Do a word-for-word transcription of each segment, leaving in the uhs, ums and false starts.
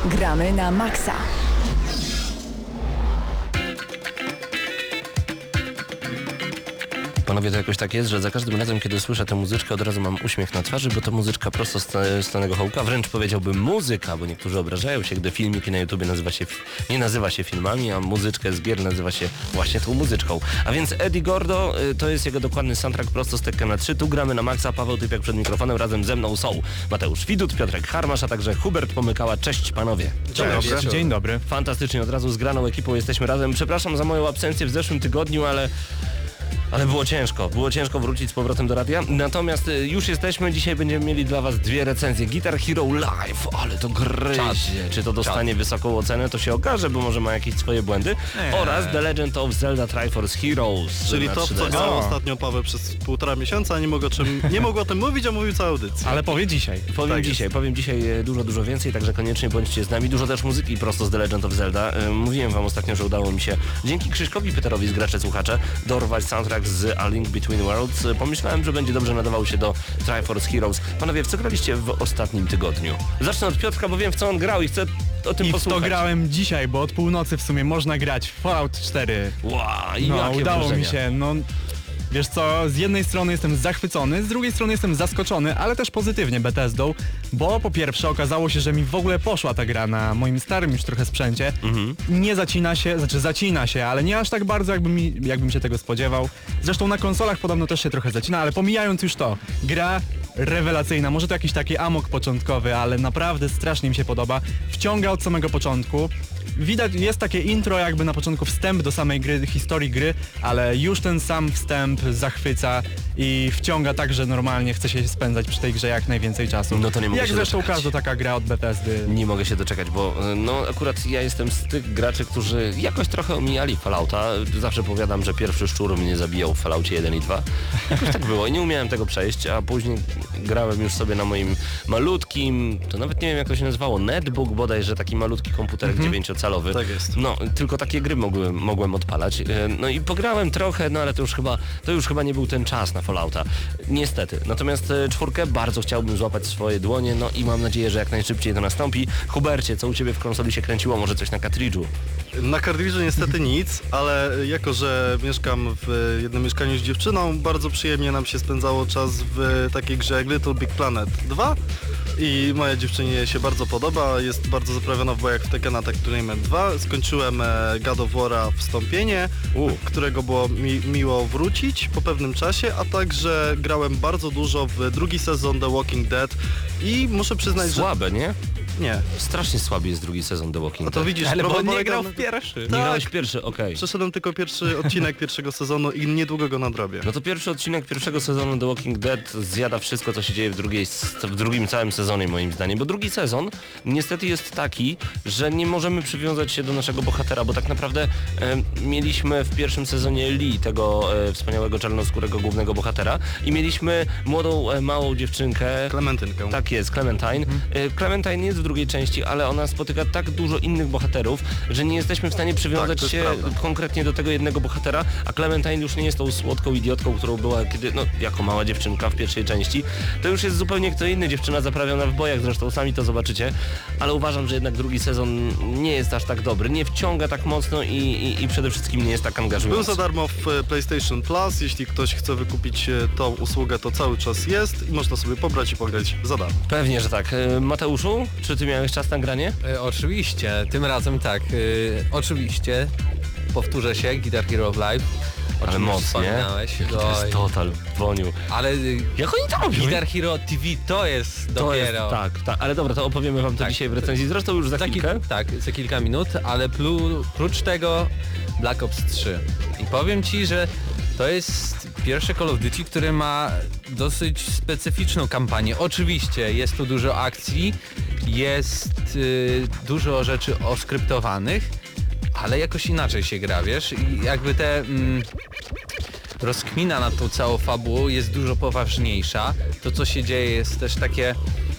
Gramy na maksa. Panowie, to jakoś tak jest, że za każdym razem, kiedy słyszę tę muzyczkę, od razu mam uśmiech na twarzy, bo to muzyczka prosto z Stanego Hołka, wręcz powiedziałbym muzyka, bo niektórzy obrażają się, gdy filmiki na YouTubie nazywa się, nie nazywa się filmami, a muzyczkę z gier nazywa się właśnie tą muzyczką. A więc Eddie Gordo, to jest jego dokładny soundtrack prosto z Tekkena trzy. Tu gramy na maksa. Paweł Typiak przed mikrofonem, razem ze mną są Mateusz Widut, Piotrek Harmasz, a także Hubert Pomykała. Cześć panowie. Dzień dobry. Dzień dobry. Fantastycznie, od razu z graną ekipą jesteśmy razem. Przepraszam za moją absencję w zeszłym tygodniu, ale... Ale było ciężko, było ciężko wrócić z powrotem do radia. Natomiast już jesteśmy, dzisiaj będziemy mieli dla was dwie recenzje. Guitar Hero Live, ale to gryzie. Czy to dostanie Czas. wysoką ocenę, to się okaże, bo może ma jakieś swoje błędy. Eee. Oraz The Legend of Zelda Triforce Heroes. Czyli to, co grał ostatnio Paweł przez półtora miesiąca, nie mogło, czym, nie mogło o tym mówić, a mówił całą audycję. Ale powie dzisiaj. Powiem tak dzisiaj, jest. powiem dzisiaj dużo, dużo więcej, także koniecznie bądźcie z nami. Dużo też muzyki prosto z The Legend of Zelda. Mówiłem wam ostatnio, że udało mi się dzięki Krzyśkowi Peterowi z Gracze Słuchacze dorwać soundtrack z A Link Between Worlds. Pomyślałem, że będzie dobrze nadawał się do Triforce Heroes. Panowie, w co graliście w ostatnim tygodniu? Zacznę od Piotrka, bo wiem, w co on grał i chcę o tym I posłuchać. I w to grałem dzisiaj, bo od północy w sumie można grać w Fallout cztery. Wow, i no, jakie udało wrażenia? mi się, no... Wiesz co, z jednej strony jestem zachwycony, z drugiej strony jestem zaskoczony, ale też pozytywnie Bethesdą, bo po pierwsze okazało się, że mi w ogóle poszła ta gra na moim starym już trochę sprzęcie. Mhm. Nie zacina się, znaczy zacina się, ale nie aż tak bardzo, jakbym, mi, jakbym się tego spodziewał. Zresztą na konsolach podobno też się trochę zacina, ale pomijając już to, gra rewelacyjna, może to jakiś taki amok początkowy, ale naprawdę strasznie mi się podoba. Wciąga od samego początku. Widać, jest takie intro, jakby na początku wstęp do samej gry, historii gry, ale już ten sam wstęp zachwyca i wciąga tak, że normalnie chce się spędzać przy tej grze jak najwięcej czasu. No to nie mogę Jak się zresztą doczekać. każda taka gra od Bethesdy. Nie mogę się doczekać, bo no akurat ja jestem z tych graczy, którzy jakoś trochę omijali Fallouta. Zawsze powiadam, że pierwszy szczur mnie zabijał w Falloutie jeden i dwa. Jakoś tak było i nie umiałem tego przejść, a później grałem już sobie na moim malutkim, to nawet nie wiem jak to się nazywało, netbook bodajże, taki malutki komputerek Mhm. dziewięciocalowy. Tak jest. No, tylko takie gry mogłem, mogłem odpalać. No i pograłem trochę, no ale to już chyba, to już chyba nie był ten czas na Fallouta. Niestety. Natomiast e, czwórkę bardzo chciałbym złapać w swoje dłonie, no i mam nadzieję, że jak najszybciej to nastąpi. Hubercie, co u ciebie w konsoli się kręciło? Może coś na kartridżu? Na kartridżu niestety nic, ale jako, że mieszkam w jednym mieszkaniu z dziewczyną, bardzo przyjemnie nam się spędzało czas w takiej grze jak Little Big Planet dwa i moja dziewczynie się bardzo podoba, jest bardzo zaprawiona w bojach w Tekkena Tag Tournament dwa. Skończyłem e, God of War'a Wstąpienie, U. którego było mi, miło wrócić po pewnym czasie, a także grałem bardzo dużo w drugi sezon The Walking Dead i muszę przyznać, Słabe, nie? że... Nie. Strasznie słaby jest drugi sezon The Walking A to Dead. widzisz, Ale bo problem nie polega grał na- w pierwszy. Nie tak. grałeś pierwszy, okej. Przeszedłem tylko pierwszy odcinek pierwszego sezonu i niedługo go nadrobię. No to pierwszy odcinek pierwszego sezonu The Walking Dead zjada wszystko, co się dzieje w, drugiej, w drugim całym sezonie, moim zdaniem. Bo drugi sezon niestety jest taki, że nie możemy przywiązać się do naszego bohatera, bo tak naprawdę e, mieliśmy w pierwszym sezonie Lee, tego e, wspaniałego czarnoskórego głównego bohatera i mieliśmy młodą, e, małą dziewczynkę. Klementynkę. Tak jest, Clementine. Mhm. Clementine jest w drugiej części, ale ona spotyka tak dużo innych bohaterów, że nie jesteśmy w stanie przywiązać Tak, to jest się prawda. konkretnie do tego jednego bohatera, a Clementine już nie jest tą słodką idiotką, którą była kiedy, no, jako mała dziewczynka w pierwszej części. To już jest zupełnie kto inny, dziewczyna zaprawiona w bojach, zresztą sami to zobaczycie, ale uważam, że jednak drugi sezon nie jest aż tak dobry, nie wciąga tak mocno i, i, i przede wszystkim nie jest tak Był angażujący. za darmo w e, PlayStation Plus, jeśli ktoś chce wykupić e, tą usługę, to cały czas jest i można sobie pobrać i pograć za darmo. Pewnie, że tak. E, Mateuszu, czy ty miałeś czas na granie? E, oczywiście, tym razem tak. E, oczywiście, powtórzę się, Guitar Hero Live. O Ale czym już mocnie. wspominałeś. Jaki to jest Oj. total Boniu. Ale e, Jak oni to robią? Guitar Hero T V to jest To dopiero. jest, tak, tak, ale dobra, to opowiemy wam to Tak. dzisiaj w recenzji, zresztą już za Za chwilkę. kil- tak, za kilka minut, ale plu, prócz tego Black Ops trzy. I powiem ci, że to jest pierwsze Call of Duty, które ma dosyć specyficzną kampanię. Oczywiście jest tu dużo akcji, jest y, dużo rzeczy oskryptowanych, ale jakoś inaczej się gra, wiesz? I jakby te... Mm, rozkmina nad tą całą fabułą jest dużo poważniejsza. To co się dzieje jest też takie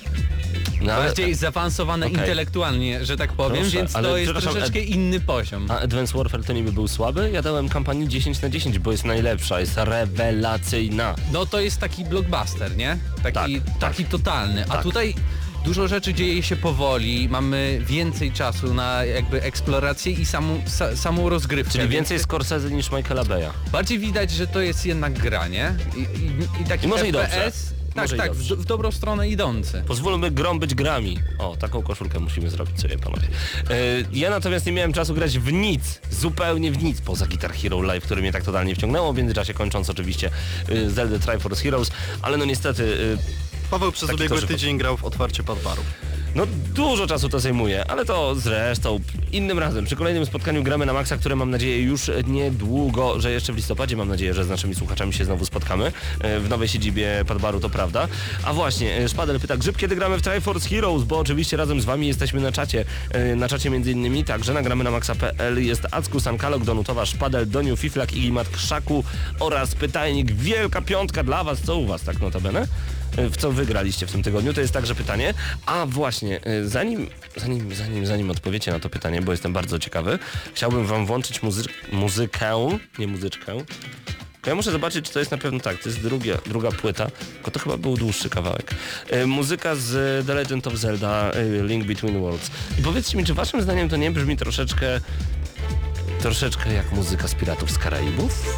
No, ale- bardziej zaawansowane Okej. intelektualnie, że tak powiem, Proszę, więc ale to jest przepraszam, troszeczkę Ed- inny poziom. A Advanced Warfare to niby był słaby? Ja dałem kampanii dziesięć na dziesięć, bo jest najlepsza, jest rewelacyjna. No to jest taki blockbuster, nie? Taki, Tak, tak. taki totalny. A Tak. tutaj Dużo rzeczy dzieje się powoli, mamy więcej czasu na jakby eksplorację i samą, sa, samą rozgrywkę. Czyli więc więcej Scorsese niż Michaela Beya. bardziej widać, że to jest jednak granie i, i, i taki I może i F P dobrze. S, tak, Może i tak, w, dobrze. w dobrą stronę idący. Pozwólmy grom być grami. O, taką koszulkę musimy zrobić sobie, panowie. E, ja natomiast nie miałem czasu grać w nic, zupełnie w nic, poza Guitar Hero Live, które mnie tak totalnie wciągnęło, w międzyczasie kończąc oczywiście y, Zelda Triforce Heroes, ale no niestety... Y, Paweł przez Taki ubiegły korzyść. tydzień grał w otwarcie Padbaru. No dużo czasu to zajmuje, ale to zresztą innym razem, przy kolejnym spotkaniu Gramy na Maxa, które mam nadzieję już niedługo, że jeszcze w listopadzie, mam nadzieję, że z naszymi słuchaczami się znowu spotkamy e, w nowej siedzibie Padbaru, to prawda. A właśnie, e, Szpadel pyta, Grzyb, kiedy gramy w Triforce Heroes, bo oczywiście razem z wami jesteśmy na czacie, e, na czacie między innymi także na gramy na maxa kropka p l jest Acku, Sankalog, Donutowa, Szpadel, Doniu, Fiflak, Igimat, Krzaku oraz pytajnik, wielka piątka dla was, co u was tak notabene? W co wygraliście w tym tygodniu? To jest także pytanie. A właśnie, zanim, zanim, zanim, zanim odpowiecie na to pytanie, bo jestem bardzo ciekawy, chciałbym wam włączyć muzy- muzykę, nie muzyczkę. Ja muszę zobaczyć, czy to jest na pewno tak, to jest druga, druga płyta, tylko to chyba był dłuższy kawałek. E, muzyka z The Legend of Zelda, e, Link Between Worlds. I powiedzcie mi, czy waszym zdaniem to nie brzmi troszeczkę, troszeczkę jak muzyka z Piratów z Karaibów?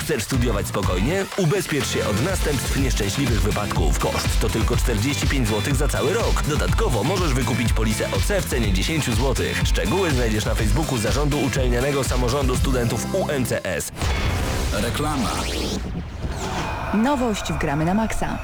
Chcesz studiować spokojnie? Ubezpiecz się od następstw nieszczęśliwych wypadków. Koszt to tylko czterdzieści pięć złotych za cały rok. Dodatkowo możesz wykupić polisę O C w cenie dziesięć złotych. Szczegóły znajdziesz na Facebooku Zarządu Uczelnianego Samorządu Studentów U N C S. Reklama. Nowość w Gramy na Maxa.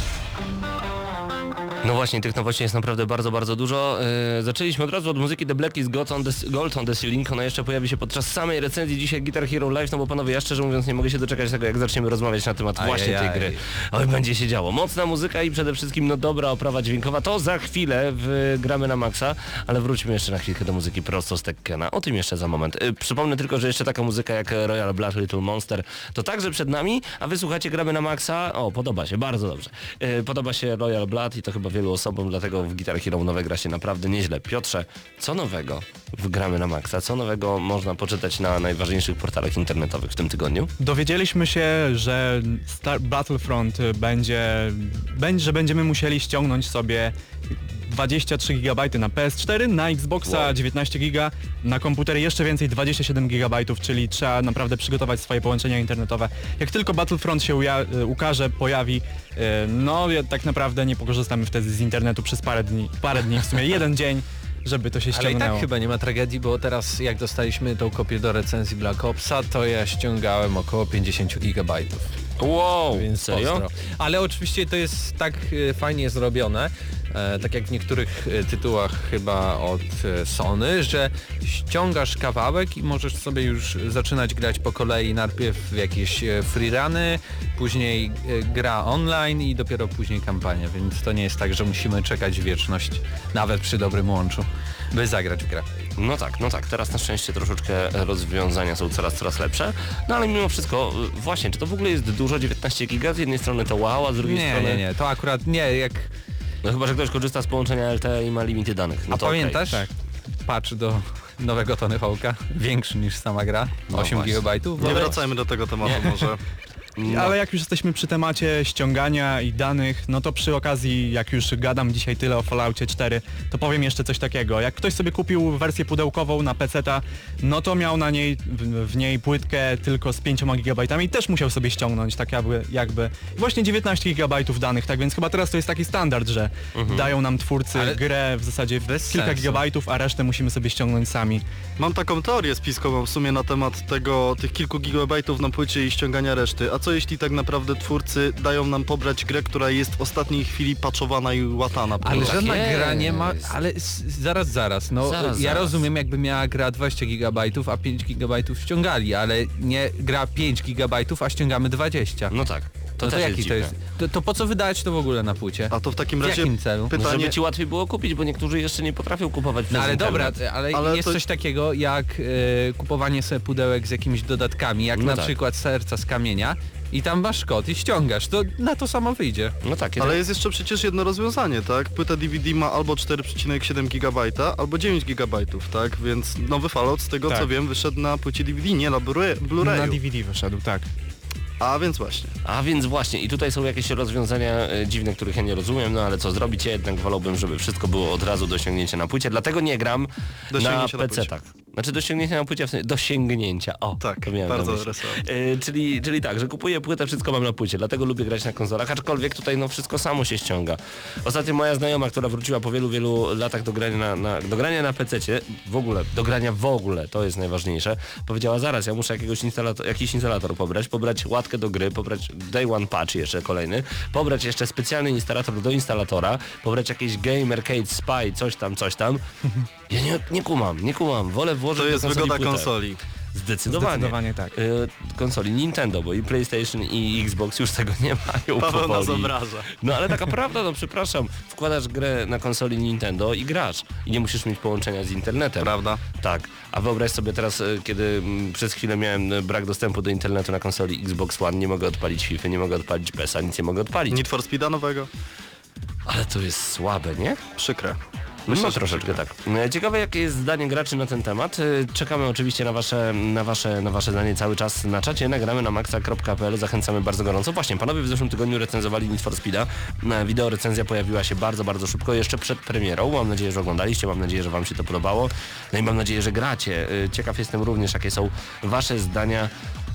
No właśnie, tych nowości jest naprawdę bardzo, bardzo dużo. Yy, zaczęliśmy od razu od muzyki The Black is Gold on the, Gold on the Ceiling. Ona jeszcze pojawi się podczas samej recenzji dzisiaj Guitar Hero Live, no bo panowie, ja szczerze mówiąc nie mogę się doczekać tego, jak zaczniemy rozmawiać na temat Ajajaj. właśnie tej gry. Oj, będzie się działo. Mocna muzyka i przede wszystkim no dobra oprawa dźwiękowa. To za chwilę w Gramy na Maxa, ale wróćmy jeszcze na chwilkę do muzyki prosto z Tekkena. O tym jeszcze za moment. Yy, przypomnę tylko, że jeszcze taka muzyka jak Royal Blood Little Monster to także przed nami, a wy słuchacie Gramy na Maxa. O, podoba się, bardzo dobrze. Yy, podoba się Royal Blood i to chyba wielu osobom, dlatego w Guitar Hero nowe gra się naprawdę nieźle. Piotrze, co nowego w Gramy na Maxa? Co nowego można poczytać na najważniejszych portalach internetowych w tym tygodniu? Dowiedzieliśmy się, że Star Battlefront będzie, będzie, że będziemy musieli ściągnąć sobie dwadzieścia trzy gigabajty na P S cztery, na Xboxa Wow. dziewiętnaście giga, na komputery jeszcze więcej dwadzieścia siedem gigabajtów, czyli trzeba naprawdę przygotować swoje połączenia internetowe. Jak tylko Battlefront się uja- ukaże, pojawi, yy, no ja tak naprawdę nie pokorzystamy wtedy z internetu przez parę dni, parę dni w sumie jeden dzień, żeby to się Ale i ściągnęło. tak chyba nie ma tragedii, bo teraz jak dostaliśmy tą kopię do recenzji Black Opsa, to ja ściągałem około pięćdziesiąt gigabajtów. Wow, Więc serio? pozdro. Ale oczywiście to jest tak e, fajnie zrobione, e, tak jak w niektórych e, tytułach chyba od e, Sony, że ściągasz kawałek i możesz sobie już zaczynać grać po kolei, najpierw w jakieś e, freeruny, później e, gra online i dopiero później kampania, więc to nie jest tak, że musimy czekać wieczność, nawet przy dobrym łączu, by zagrać w grę. No tak, no tak. Teraz na szczęście troszeczkę rozwiązania są coraz, coraz lepsze. No ale mimo wszystko, y, właśnie, czy to w ogóle jest dużo? dziewiętnaście giga? Z jednej strony to wow, a z drugiej Nie, strony... nie, nie, to akurat nie, jak... No chyba, że ktoś korzysta z połączenia L T E i ma limity danych. No A to pamiętasz? okej. Patch do nowego Tony Hawk'a, większy niż sama gra, No osiem właśnie. gigabajtów. Nie wracajmy do tego tematu może. No. Ale jak już jesteśmy przy temacie ściągania i danych, no to przy okazji, jak już gadam dzisiaj tyle o Falloutie cztery, to powiem jeszcze coś takiego. Jak ktoś sobie kupił wersję pudełkową na peceta, no to miał na niej, w, w niej płytkę tylko z pięcioma gigabajtami i też musiał sobie ściągnąć, tak jakby, jakby. Właśnie dziewiętnaście gigabajtów danych, tak więc chyba teraz to jest taki standard, że dają nam twórcy Ale grę w zasadzie w bez kilka sensu. gigabajtów, a resztę musimy sobie ściągnąć sami. Mam taką teorię spiskową w sumie na temat tego, tych kilku gigabajtów na płycie i ściągania reszty. A co jeśli tak naprawdę twórcy dają nam pobrać grę, która jest w ostatniej chwili patchowana i łatana? po Ale prostu? żadna jest. gra nie ma, ale s- zaraz, zaraz, no Zaraz, ja zaraz. rozumiem jakby miała gra dwadzieścia gigabajtów, a pięć gigabajtów ściągali, ale nie gra pięć gigabajtów, a ściągamy dwadzieścia. No tak. To No to też jaki jest to dziwne. jest? To, to po co wydać to w ogóle na płycie? A to w takim W razie jakim celu? No, pytanie... żeby ci łatwiej było kupić, bo niektórzy jeszcze nie potrafią kupować przez No ale dobra, internet. ale, Ale jest to- coś takiego jak e, kupowanie sobie pudełek z jakimiś dodatkami, jak No na tak. przykład serca z kamienia i tam masz kod i ściągasz, to na to samo wyjdzie. No tak, Ale jest jeszcze przecież jedno rozwiązanie, tak? Płyta D V D ma albo cztery przecinek siedem gigabajta, albo dziewięć gigabajtów, tak? Więc nowy Fallout, z tego Tak. co wiem, wyszedł na płycie D V D, nie na Blu-ray- Na Blu-rayu. D V D wyszedł, tak. A więc właśnie. A więc właśnie, i tutaj są jakieś rozwiązania e, dziwne, których ja nie rozumiem, no ale co zrobić? Ja jednak wolałbym, żeby wszystko było od razu do ściągnięcia na płycie, dlatego nie gram Do na ściągnięcia na pecetach. Znaczy do ściągnięcia na płycie, w sensie do sięgnięcia, o, Tak, to miałem na bardzo myśli. rysowo. E, czyli, czyli tak, że kupuję płytę, wszystko mam na płycie, dlatego lubię grać na konsolach, aczkolwiek tutaj no wszystko samo się ściąga. Ostatnio moja znajoma, która wróciła po wielu, wielu latach do grania na, na, do grania na pececie, w ogóle, do grania w ogóle, to jest najważniejsze, powiedziała zaraz, ja muszę jakiegoś instalator, jakiś instalator pobrać, pobrać łatkę do gry, pobrać Day One Patch jeszcze kolejny, pobrać jeszcze specjalny instalator do instalatora, pobrać jakieś Game Arcade Spy, coś tam, coś tam. Ja nie, nie kumam, nie kumam, wolę włożyć To do jest konsoli wygoda płytę. konsoli. Zdecydowanie. Zdecydowanie tak. Y, konsoli Nintendo, bo i PlayStation i Xbox już tego nie mają Paweł nas powoli. obraża. No ale taka prawda, no przepraszam, wkładasz grę na konsoli Nintendo i grasz. I nie musisz mieć połączenia z internetem. Prawda. Tak. A wyobraź sobie teraz, y, kiedy mm, przez chwilę miałem y, brak dostępu do internetu na konsoli Xbox One, nie mogę odpalić FIFA, nie mogę odpalić P E S a, nic nie mogę odpalić. Need for Speeda nowego? Ale to jest słabe, nie? Przykre. Myślę, no że troszeczkę tak. E, Ciekawe jakie jest zdanie graczy na ten temat. E, Czekamy oczywiście na wasze, na wasze, na wasze zdanie cały czas na czacie. Nagramy na maxa kropka p l. Zachęcamy bardzo gorąco. Właśnie, panowie w zeszłym tygodniu recenzowali Need for Speeda. E, Wideo recenzja pojawiła się bardzo, bardzo szybko, jeszcze przed premierą. Mam nadzieję, że oglądaliście, mam nadzieję, że wam się to podobało. No i mam nadzieję, że gracie. E, Ciekaw jestem również, jakie są wasze zdania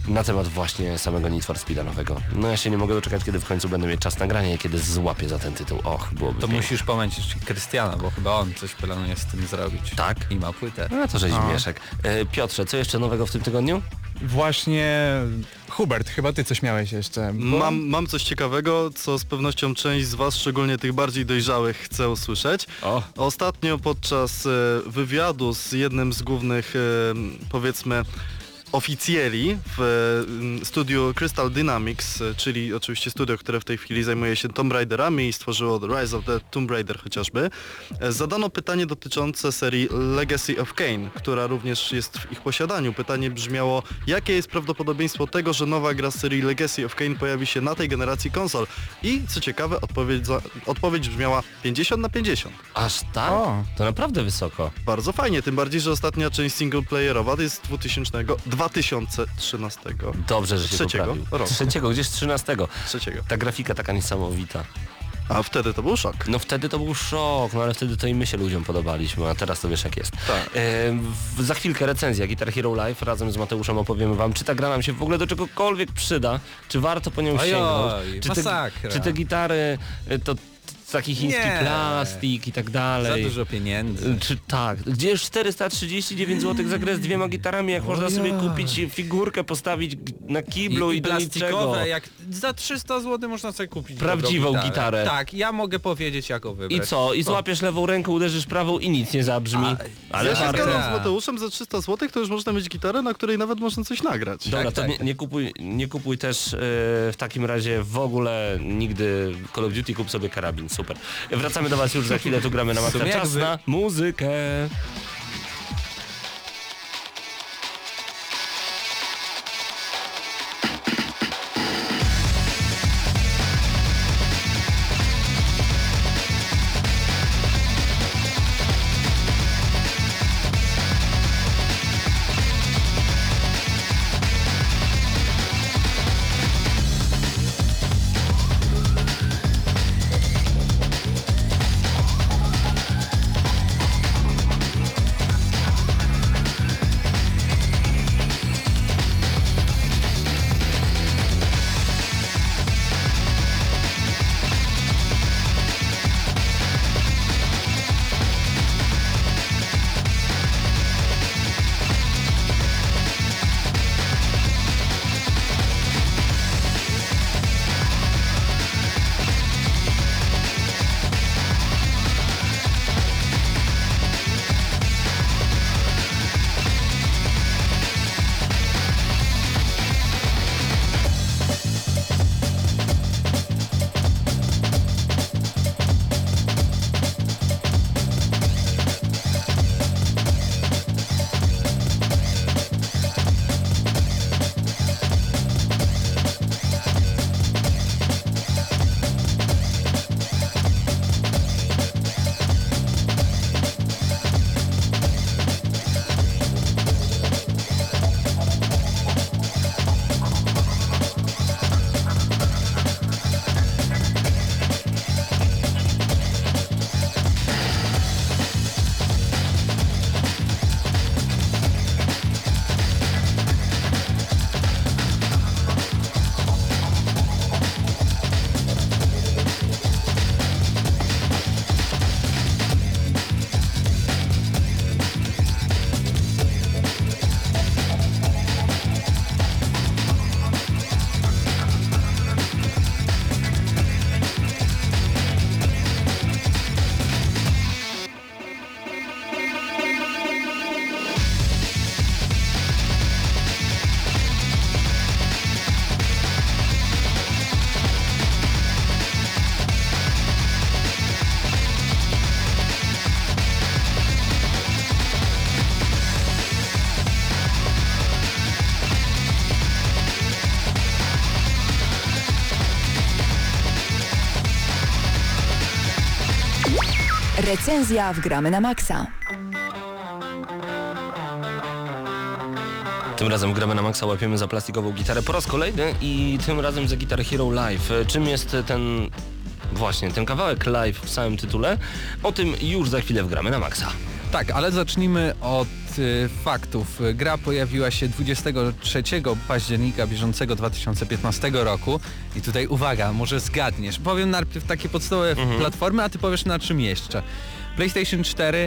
na temat właśnie samego Need for Speeda nowego. No ja się nie mogę doczekać, kiedy w końcu będę mieć czas nagrania i kiedy złapię za ten tytuł. Och, byłoby To pięknie. musisz pomęcić Krystiana, bo chyba on coś planuje z tym zrobić. Tak? I ma płytę. No to żeś A. mieszek. E, Piotrze, co jeszcze nowego w tym tygodniu? Właśnie Hubert, chyba ty coś miałeś jeszcze. Bo... Mam, mam coś ciekawego, co z pewnością część z was, szczególnie tych bardziej dojrzałych, chce usłyszeć. O. Ostatnio podczas e, wywiadu z jednym z głównych, e, powiedzmy, oficjeli w e, studiu Crystal Dynamics, e, czyli oczywiście studio, które w tej chwili zajmuje się Tomb Raiderami i stworzyło The Rise of the Tomb Raider chociażby, e, zadano pytanie dotyczące serii Legacy of Kain, która również jest w ich posiadaniu. Pytanie brzmiało, jakie jest prawdopodobieństwo tego, że nowa gra z serii Legacy of Kain pojawi się na tej generacji konsol? I co ciekawe, odpowiedź, za, odpowiedź brzmiała pięćdziesiąt na pięćdziesiąt. Aż tak? O. To naprawdę wysoko. Bardzo fajnie, tym bardziej, że ostatnia część singleplayerowa to jest z dwa tysiące trzynastego. Dobrze, że się Trzeciego poprawił. roku. Trzeciego, gdzieś trzynastego. Trzeciego. Ta grafika taka niesamowita. A wtedy to był szok. No wtedy to był szok, no ale wtedy to i my się ludziom podobaliśmy, a teraz to wiesz jak jest. Tak. E, w, za chwilkę recenzja Guitar Hero Live, razem z Mateuszem opowiemy wam, czy ta gra nam się w ogóle do czegokolwiek przyda, czy warto po nią Ojoj, sięgnąć, czy te, masakra. czy te gitary e, to taki chiński Nie. plastik i tak Za dalej. dużo pieniędzy. Czy tak, gdzież czterysta trzydzieści dziewięć złotych za grę z dwiema gitarami, jak można sobie kupić figurkę, postawić g- na kiblu i, I, i do niczego. plastikowe, jak za trzysta złotych można sobie kupić Prawdziwą dobrą gitarę. Tak, ja mogę powiedzieć jak ją wybrać. I co? I złapiesz lewą ręką, uderzysz prawą i nic nie zabrzmi. A, Ale Ja się warto. zgadzam Tak. z Mateuszem, za trzysta złotych to już można mieć gitarę, na której nawet można coś nagrać. Dobra, Tak, to tak. nie, nie, kupuj, nie kupuj też yy, w takim razie w ogóle nigdy Call of Duty, kup sobie karabin, super. Wracamy do was już za chwilę, tu gramy na maksa. sumie Czas jakby- na muzykę. Recenzja w Gramy na Maxa. Tym razem gramy na maksa, łapiemy za plastikową gitarę po raz kolejny i tym razem za Guitar Hero Live. Czym jest ten... właśnie, ten kawałek live w samym tytule? O tym już za chwilę w Gramy na maksa. Tak, ale zacznijmy od y, faktów. Gra pojawiła się dwudziestego trzeciego października bieżącego dwa tysiące piętnastego roku i tutaj uwaga, może zgadniesz. Powiem najpierw takie podstawowe mhm. platformy, a ty powiesz na czym jeszcze. PlayStation cztery,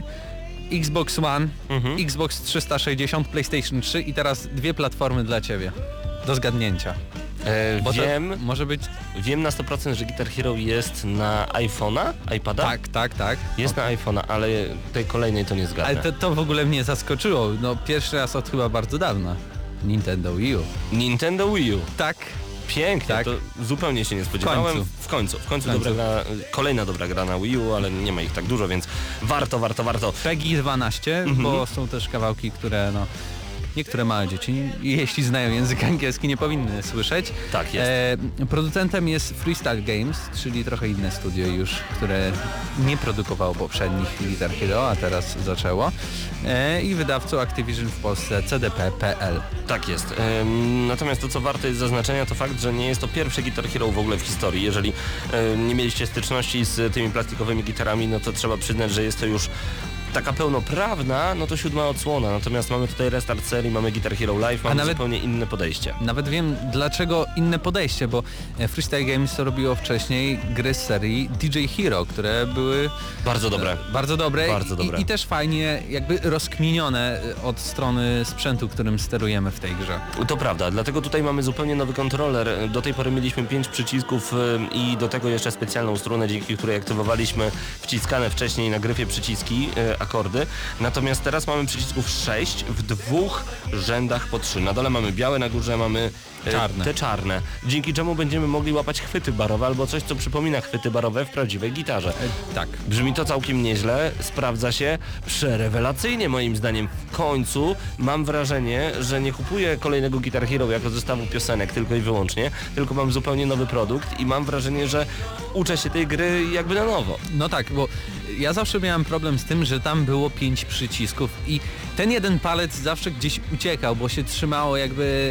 Xbox One, mhm. Xbox trzysta sześćdziesiąt, PlayStation trzy i teraz dwie platformy dla ciebie do zgadnięcia. E, Bo wiem, może być... wiem na sto procent, że Guitar Hero jest na iPhone'a, iPada? Tak, tak, tak. Jest okay. na iPhone'a, ale tej kolejnej to nie zgadnę. Ale to, to w ogóle mnie zaskoczyło. No pierwszy raz od chyba bardzo dawna. Nintendo Wii U. Nintendo Wii U. Tak. Pięknie, tak. To zupełnie się nie spodziewałem. W końcu, w końcu, w końcu. Dobra gra, kolejna dobra gra na Wii U, ale nie ma ich tak dużo, więc warto, warto, warto. PEGI dwanaście, mhm. bo są też kawałki, które no... Niektóre małe dzieci, jeśli znają język angielski, nie powinny słyszeć. Tak jest. E, producentem jest Freestyle Games, czyli trochę inne studio już, które nie produkowało poprzednich Guitar Hero, a teraz zaczęło. E, I wydawcą Activision w Polsce C D P kropka P L. Tak jest. Ehm, natomiast to, co warte jest zaznaczenia, to fakt, że nie jest to pierwsze Guitar Hero w ogóle w historii. Jeżeli e, nie mieliście styczności z tymi plastikowymi gitarami, no to trzeba przyznać, że jest to już taka pełnoprawna, no to siódma odsłona, natomiast mamy tutaj restart serii, mamy Guitar Hero Live, mamy nawet, zupełnie inne podejście. Nawet wiem dlaczego inne podejście, bo Freestyle Games to robiło wcześniej gry z serii D J Hero, które były bardzo dobre. E, bardzo dobre, bardzo i, dobre. I, i też fajnie jakby rozkminione od strony sprzętu, którym sterujemy w tej grze. To prawda, dlatego tutaj mamy zupełnie nowy kontroler. Do tej pory mieliśmy pięć przycisków i do tego jeszcze specjalną strunę, dzięki której aktywowaliśmy wciskane wcześniej na gryfie przyciski, akordy. Natomiast teraz mamy przycisków sześć w dwóch rzędach po trzy. Na dole mamy białe, na górze mamy e, czarne. te czarne. Dzięki czemu będziemy mogli łapać chwyty barowe albo coś, co przypomina chwyty barowe w prawdziwej gitarze. E, tak. Brzmi to całkiem nieźle, sprawdza się przerewelacyjnie moim zdaniem. W końcu mam wrażenie, że nie kupuję kolejnego Guitar Hero jako zestawu piosenek tylko i wyłącznie, tylko mam zupełnie nowy produkt i mam wrażenie, że uczę się tej gry jakby na nowo. No tak, bo ja zawsze miałem problem z tym, że tam było pięć przycisków i ten jeden palec zawsze gdzieś uciekał, bo się trzymało jakby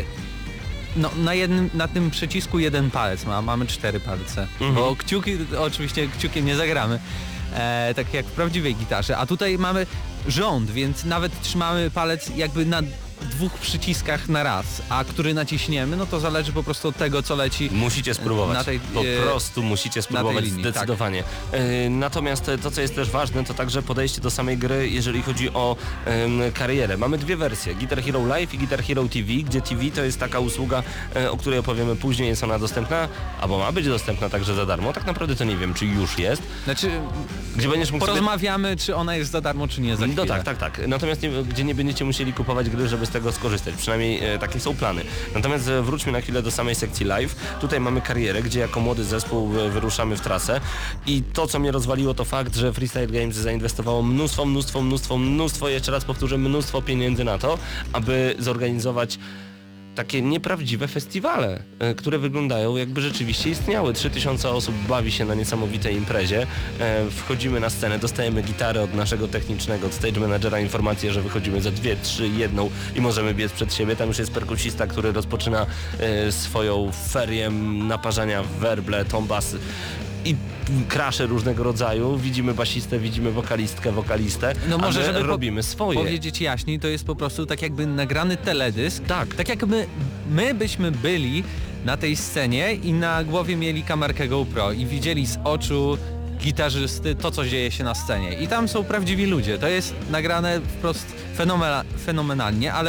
no, na jednym, na tym przycisku jeden palec, ma, mamy cztery palce, mhm. bo kciuki, oczywiście kciukiem nie zagramy, e, tak jak w prawdziwej gitarze, a tutaj mamy rząd, więc nawet trzymamy palec jakby na dwóch przyciskach na raz, a który naciśniemy, no to zależy po prostu od tego, co leci. Musicie spróbować. Na tej, po prostu musicie spróbować linii, zdecydowanie. Tak. Yy, natomiast to, co jest też ważne, to także podejście do samej gry, jeżeli chodzi o yy, karierę. Mamy dwie wersje, Guitar Hero Live i Guitar Hero T V, gdzie T V to jest taka usługa, yy, o której opowiemy później, jest ona dostępna, albo ma być dostępna także za darmo. Tak naprawdę to nie wiem, czy już jest. Znaczy, gdzie będziesz mógł porozmawiamy, sobie... czy ona jest za darmo, czy nie za chwilę. No tak, tak, tak. Natomiast nie, gdzie nie będziecie musieli kupować gry, żeby z tego skorzystać. Przynajmniej e, takie są plany. Natomiast e, wróćmy na chwilę do samej sekcji live. Tutaj mamy karierę, gdzie jako młody zespół e, wyruszamy w trasę i to, co mnie rozwaliło, to fakt, że Freestyle Games zainwestowało mnóstwo, mnóstwo, mnóstwo, mnóstwo, jeszcze raz powtórzę, mnóstwo pieniędzy na to, aby zorganizować takie nieprawdziwe festiwale, e, które wyglądają jakby rzeczywiście istniały. trzy tysiące osób bawi się na niesamowitej imprezie. E, wchodzimy na scenę, dostajemy gitarę od naszego technicznego, od stage managera informację, że wychodzimy za dwie, trzy, jedną i możemy biec przed siebie. Tam już jest perkusista, który rozpoczyna e, swoją ferię naparzania w werble, tombasy i krasze różnego rodzaju. Widzimy basistę, widzimy wokalistkę, wokalistę, no może, a my żeby robimy po- swoje. powiedzieć jaśniej, to jest po prostu tak jakby nagrany teledysk. Tak. Tak jakby my byśmy byli na tej scenie i na głowie mieli kamerkę GoPro i widzieli z oczu gitarzysty to, co dzieje się na scenie. I tam są prawdziwi ludzie. To jest nagrane wprost fenomena- fenomenalnie, ale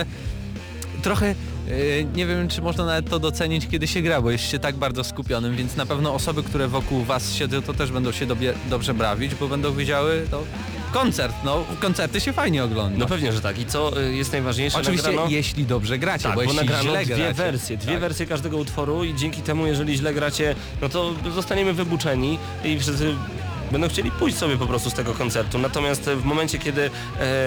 trochę Yy, nie wiem, czy można nawet to docenić, kiedy się gra, bo jest się tak bardzo skupionym, więc na pewno osoby, które wokół was siedzą, to też będą się dobie, dobrze bawić, bo będą widziały to koncert, no koncerty się fajnie ogląda. No pewnie, że tak. I co y, jest najważniejsze? Oczywiście nagrano... jeśli dobrze gracie, tak, bo, bo jeśli nagrano źle dwie gracie, wersje, dwie tak. wersje każdego utworu i dzięki temu, jeżeli źle gracie, no to zostaniemy wybuczeni i wszyscy będą chcieli pójść sobie po prostu z tego koncertu. Natomiast w momencie, kiedy e,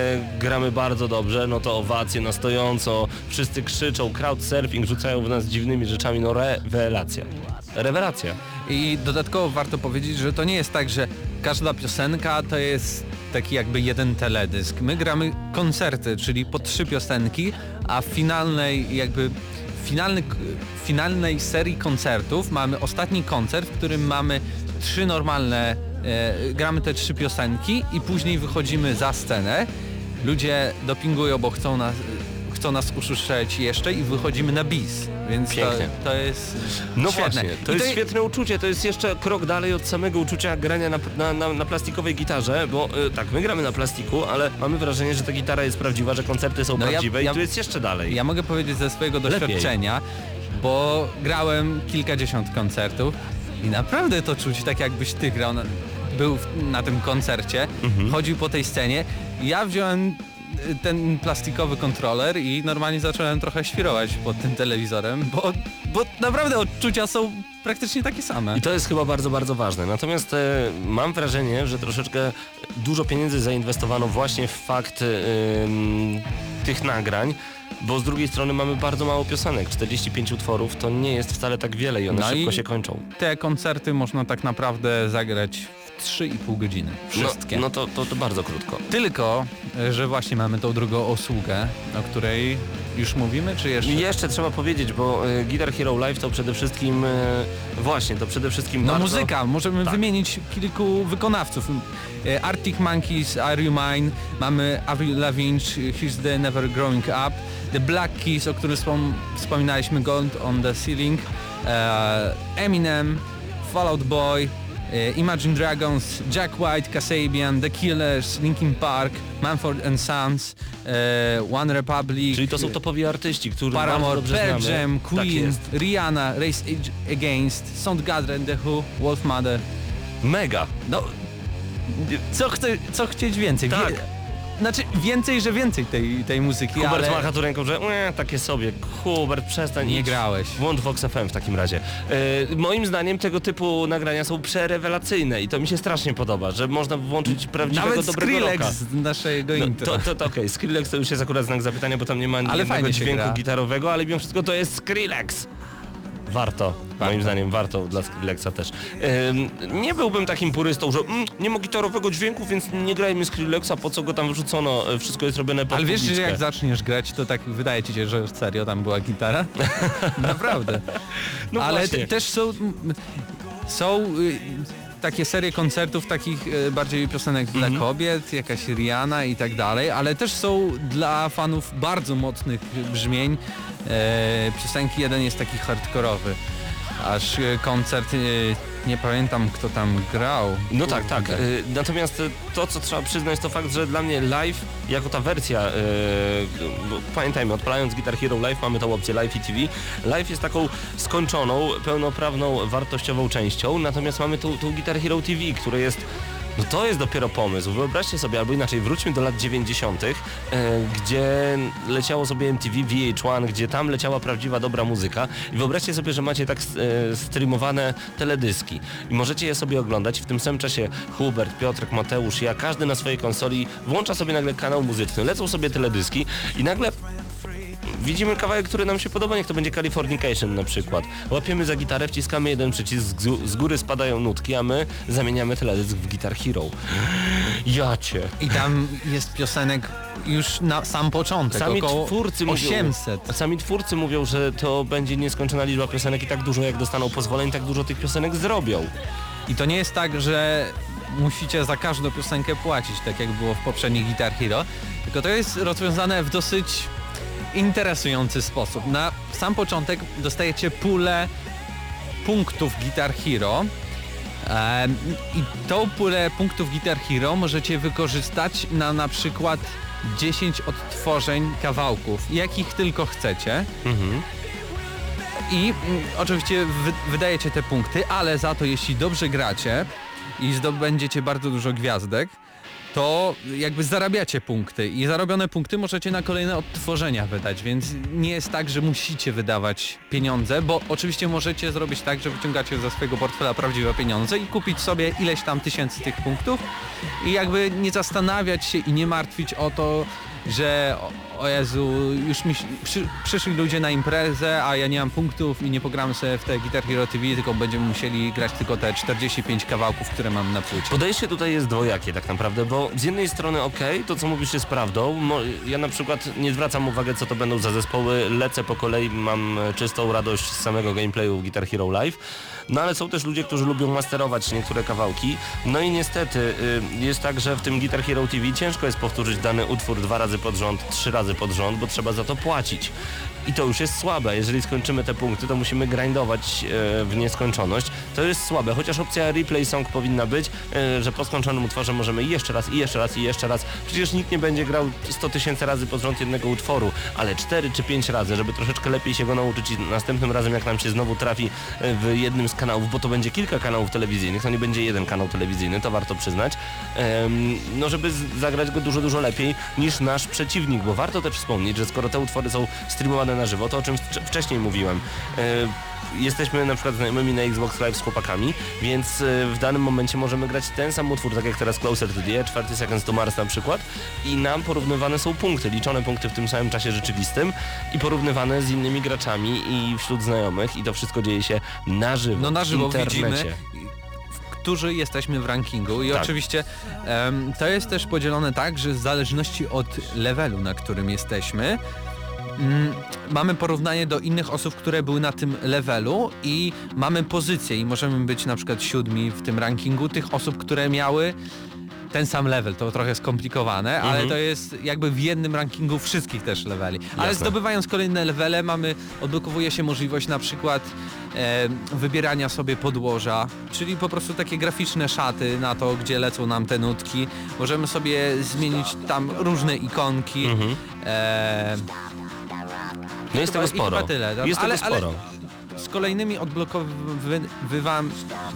gramy bardzo dobrze, no to owacje na stojąco, wszyscy krzyczą, crowdsurfing, rzucają w nas dziwnymi rzeczami, no rewelacja. Rewelacja. I dodatkowo warto powiedzieć, że to nie jest tak, że każda piosenka to jest taki jakby jeden teledysk. My gramy koncerty, czyli po trzy piosenki, a w finalnej jakby finalny, finalnej serii koncertów mamy ostatni koncert, w którym mamy trzy normalne, e, gramy te trzy piosenki i później wychodzimy za scenę ludzie dopingują, bo chcą nas, chcą nas usłyszeć jeszcze i wychodzimy na bis, więc to, Pięknie. to jest No świetne. właśnie, to I jest je- świetne uczucie, to jest jeszcze krok dalej od samego uczucia grania na, na, na, na plastikowej gitarze, bo y, tak, my gramy na plastiku, ale mamy wrażenie, że ta gitara jest prawdziwa, że koncerty są No ja- prawdziwe ja- i tu jest jeszcze dalej. Ja mogę powiedzieć ze swojego Lepiej. doświadczenia, bo grałem kilkadziesiąt koncertów i naprawdę to czuć tak jakbyś ty grał, na, był w, na tym koncercie, Mhm. chodził po tej scenie. Ja wziąłem y, ten plastikowy kontroler i normalnie zacząłem trochę świrować pod tym telewizorem, bo, bo naprawdę odczucia są praktycznie takie same. I to jest chyba bardzo, bardzo ważne. Natomiast e, mam wrażenie, że troszeczkę dużo pieniędzy zainwestowano właśnie w fakt e, em, tych nagrań, bo z drugiej strony mamy bardzo mało piosenek. czterdzieści pięć utworów to nie jest wcale tak wiele i one No szybko i- się kończą. Te koncerty można tak naprawdę zagrać w trzy i pół godziny. Wszystkie. No, no to, to, to bardzo krótko. Tylko, że właśnie mamy tą drugą usługę, o której już mówimy, czy jeszcze? Jeszcze trzeba powiedzieć, bo e, Guitar Hero Live to przede wszystkim e, właśnie, to przede wszystkim No bardzo... muzyka, możemy Tak. wymienić kilku wykonawców. E, Arctic Monkeys, Are You Mine, mamy Avril Lavigne, Here's the Never Growing Up, The Black Keys, o którym wspom wspominaliśmy, Gold on the Ceiling, e, Eminem, Fall Out Boy, e, Imagine Dragons, Jack White, Kasabian, The Killers, Linkin Park, Mumford and Sons, e, One Republic, Czyli to są topowi artyści, których bardzo Paramore, dobrze Pearl znamy. Jam, Tak Queen, jest. Rihanna, Race Against, Soundgarden, The Who, Wolf Mother. Mega. No, co, chce, co chcieć więcej? Tak. Znaczy więcej, że więcej tej, tej muzyki, Hubert ale macha tu ręką, że e, takie sobie. Hubert, przestań. nie idź. grałeś. Włącz Vox F M w takim razie. E, moim zdaniem tego typu nagrania są przerewelacyjne i to mi się strasznie podoba, że można włączyć prawdziwego, Nawet dobrego Skrillex rocka. z naszego No, intro. to to, to okej, Skrillex to już jest akurat znak zapytania, bo tam nie ma Ale jednego fajnie się dźwięku gra. gitarowego, ale mimo wszystko to jest Skrillex. Warto, moim zdaniem warto dla Skrillexa też. Ym, nie byłbym takim purystą, że mm, nie ma gitarowego dźwięku, więc nie grajmy Skrillexa, po co go tam wrzucono, e, wszystko jest robione pod Ale wiesz, że publiczkę. jak zaczniesz grać, to tak wydaje ci się, że serio tam była gitara? Naprawdę. No Ale właśnie. te, też są, są y, takie serie koncertów, takich y, bardziej piosenek Mhm. dla kobiet, jakaś Rihanna i tak dalej, ale też są dla fanów bardzo mocnych brzmień. E, piosenki, jeden jest taki hardkorowy, aż y, koncert, y, nie pamiętam kto tam grał. No tak, tak. Kurde. Y, Natomiast y, to, co trzeba przyznać, to fakt, że dla mnie live, jako ta wersja, y, bo pamiętajmy, odpalając Guitar Hero Live mamy tą opcję Live i T V. Live jest taką skończoną, pełnoprawną, wartościową częścią, natomiast mamy tu, tu Guitar Hero T V, które jest... No to jest dopiero pomysł. Wyobraźcie sobie, albo inaczej, wróćmy do lat dziewięćdziesiątych, e, gdzie leciało sobie M T V, V H jeden, gdzie tam leciała prawdziwa, dobra muzyka i wyobraźcie sobie, że macie tak e, streamowane teledyski i możecie je sobie oglądać i w tym samym czasie Hubert, Piotrek, Mateusz, ja, każdy na swojej konsoli włącza sobie nagle kanał muzyczny, lecą sobie teledyski i nagle widzimy kawałek, który nam się podoba, niech to będzie Californication na przykład. Łapiemy za gitarę, wciskamy jeden przycisk, z, z góry spadają nutki, a my zamieniamy teledysk w Guitar Hero. Jacie. I tam jest piosenek już na sam początek, Sami około twórcy mówią, osiemset. sami twórcy mówią, że to będzie nieskończona liczba piosenek i tak dużo jak dostaną pozwoleń, tak dużo tych piosenek zrobią. I to nie jest tak, że musicie za każdą piosenkę płacić, tak jak było w poprzednich Guitar Hero, tylko to jest rozwiązane w dosyć interesujący sposób. Na sam początek dostajecie pulę punktów Guitar Hero em, i tą pulę punktów Guitar Hero możecie wykorzystać na na przykład dziesięć odtworzeń kawałków, jakich tylko chcecie. Mhm. I mm, oczywiście wy, wydajecie te punkty, ale za to jeśli dobrze gracie i zdobędziecie bardzo dużo gwiazdek, to jakby zarabiacie punkty i zarobione punkty możecie na kolejne odtworzenia wydać, więc nie jest tak, że musicie wydawać pieniądze, bo oczywiście możecie zrobić tak, że wyciągacie ze swojego portfela prawdziwe pieniądze i kupić sobie ileś tam tysięcy tych punktów i jakby nie zastanawiać się i nie martwić o to, że o, o Jezu, już mi, przy, przyszli ludzie na imprezę, a ja nie mam punktów i nie pogram sobie w te Guitar Hero T V, tylko będziemy musieli grać tylko te czterdzieści pięć kawałków, które mam na płycie. Podejście tutaj jest dwojakie tak naprawdę, bo z jednej strony okej, okay, to co mówisz jest prawdą. Mo, ja na przykład nie zwracam uwagi, co to będą za zespoły, lecę po kolei, mam czystą radość z samego gameplayu Guitar Hero Live. No ale są też ludzie, którzy lubią masterować niektóre kawałki. No i niestety y, jest tak, że w tym Guitar Hero T V ciężko jest powtórzyć dany utwór dwa razy pod rząd, trzy razy pod rząd, bo trzeba za to płacić. I to już jest słabe. Jeżeli skończymy te punkty, to musimy grindować e, w nieskończoność. To jest słabe, chociaż opcja replay song powinna być, e, że po skończonym utworze możemy jeszcze raz, i jeszcze raz, i jeszcze raz. Przecież nikt nie będzie grał sto tysięcy razy pod rząd jednego utworu, ale cztery czy pięć razy, żeby troszeczkę lepiej się go nauczyć i następnym razem, jak nam się znowu trafi w jednym z kanałów, bo to będzie kilka kanałów telewizyjnych, to nie będzie jeden kanał telewizyjny, to warto przyznać, e, no żeby zagrać go dużo, dużo lepiej niż nasz przeciwnik, bo warto też wspomnieć, że skoro te utwory są streamowane na żywo, to o czym wcześniej mówiłem. E, jesteśmy na przykład znajomymi na Xbox Live z chłopakami, więc e, w danym momencie możemy grać ten sam utwór, tak jak teraz Closer to the Edge, czterdzieści Seconds to Mars na przykład, i nam porównywane są punkty, liczone punkty w tym samym czasie rzeczywistym i porównywane z innymi graczami i wśród znajomych, i to wszystko dzieje się na żywo, no na żywo w internecie. widzimy, którzy jesteśmy w rankingu i tak. oczywiście um, to jest też podzielone tak, że w zależności od levelu, na którym jesteśmy, Mm, mamy porównanie do innych osób, które były na tym levelu i mamy pozycję i możemy być na przykład siódmi w tym rankingu tych osób, które miały ten sam level. To trochę skomplikowane, mhm. ale to jest jakby w jednym rankingu wszystkich też leveli. Ale Jasne. zdobywając kolejne levele mamy, odblokowuje się możliwość na przykład e, wybierania sobie podłoża, czyli po prostu takie graficzne szaty na to, gdzie lecą nam te nutki. Możemy sobie zmienić tam różne ikonki. Mhm. E, No jest tego I chyba sporo. tyle. Jest ale, tego sporo. Ale z kolejnymi odblokowywam...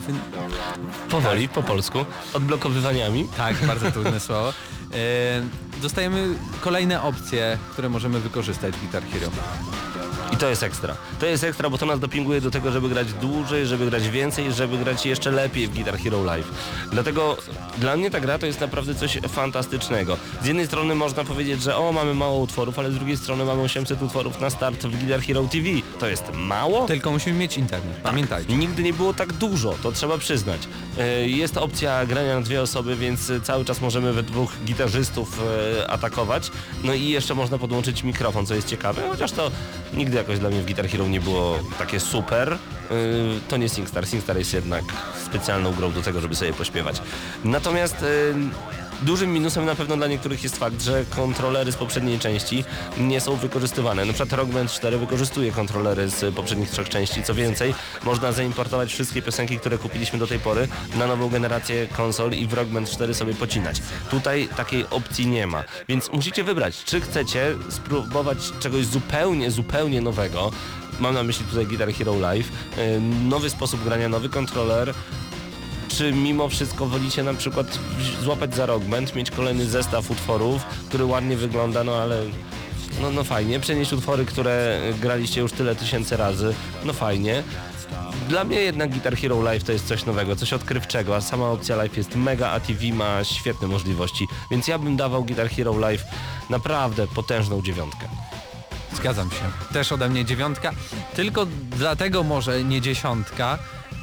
Powoli, po polsku. Odblokowywaniami. Tak, bardzo trudne słowo. E, dostajemy kolejne opcje, które możemy wykorzystać w Guitar Hero. I to jest ekstra. To jest ekstra, bo to nas dopinguje do tego, żeby grać dłużej, żeby grać więcej, żeby grać jeszcze lepiej w Guitar Hero Live. Dlatego dla mnie ta gra to jest naprawdę coś fantastycznego. Z jednej strony można powiedzieć, że o, mamy mało utworów, ale z drugiej strony mamy osiemset utworów na start w Guitar Hero T V. To jest mało? Tylko musimy mieć internet, pamiętajcie. Tak. Nigdy nie było tak dużo, to trzeba przyznać. Jest opcja grania na dwie osoby, więc cały czas możemy we dwóch gitarzystów atakować. No i jeszcze można podłączyć mikrofon, co jest ciekawe, chociaż to nigdy jakoś dla mnie w Guitar Hero nie było takie super. Yy, to nie SingStar. SingStar jest jednak specjalną grą do tego, żeby sobie pośpiewać. Natomiast yy, dużym minusem na pewno dla niektórych jest fakt, że kontrolery z poprzedniej części nie są wykorzystywane. Na przykład Rock Band cztery wykorzystuje kontrolery z poprzednich trzech części. Co więcej, można zaimportować wszystkie piosenki, które kupiliśmy do tej pory na nową generację konsol i w Rock Band cztery sobie pocinać. Tutaj takiej opcji nie ma. Więc musicie wybrać, czy chcecie spróbować czegoś zupełnie, zupełnie nowego. Mam na myśli tutaj Guitar Hero Live. Yy, nowy sposób grania, nowy kontroler. Czy mimo wszystko wolicie na przykład złapać za Rock Band, mieć kolejny zestaw utworów, który ładnie wygląda, no ale no, no fajnie, przenieść utwory, które graliście już tyle tysięcy razy, no fajnie. Dla mnie jednak Guitar Hero Live to jest coś nowego, coś odkrywczego, a sama opcja Live jest mega, a T V ma świetne możliwości, więc ja bym dawał Guitar Hero Live naprawdę potężną dziewiątkę. Zgadzam się. Też ode mnie dziewiątka, tylko dlatego może nie dziesiątka,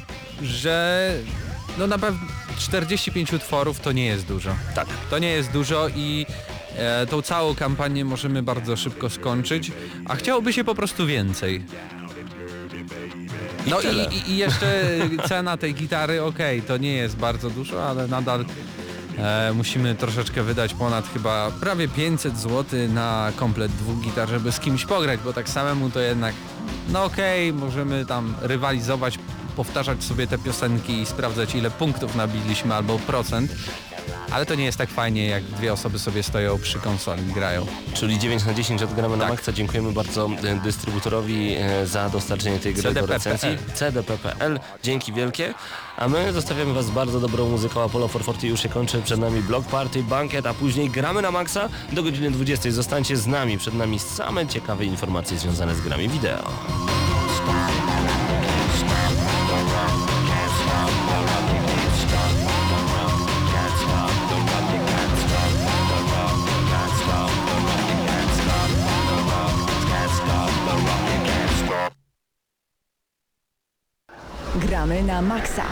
że no na pewno czterdzieści pięć utworów to nie jest dużo. Tak. To nie jest dużo i e, tą całą kampanię możemy bardzo szybko skończyć, a chciałoby się po prostu więcej. No i, i, i jeszcze cena tej gitary, okej, okay, to nie jest bardzo dużo, ale nadal e, musimy troszeczkę wydać ponad chyba prawie pięćset złotych na komplet dwóch gitar, żeby z kimś pograć, bo tak samemu to jednak, no okej, okay, możemy tam rywalizować, powtarzać sobie te piosenki i sprawdzać, ile punktów nabiliśmy albo procent, ale to nie jest tak fajnie, jak dwie osoby sobie stoją przy konsoli i grają. Czyli dziewięć na dziesięć odgramy na Tak. maksa. Dziękujemy bardzo dystrybutorowi za dostarczenie tej gry do recenzji. C D P kropka P L. Dzięki wielkie. A my zostawiamy Was z bardzo dobrą muzyką. Apollo czterysta czterdzieści już się kończy. Przed nami Block Party, Bankiet, a później gramy na maksa do godziny dwudziestej. Zostańcie z nami. Przed nami same ciekawe informacje związane z grami wideo. na maksa.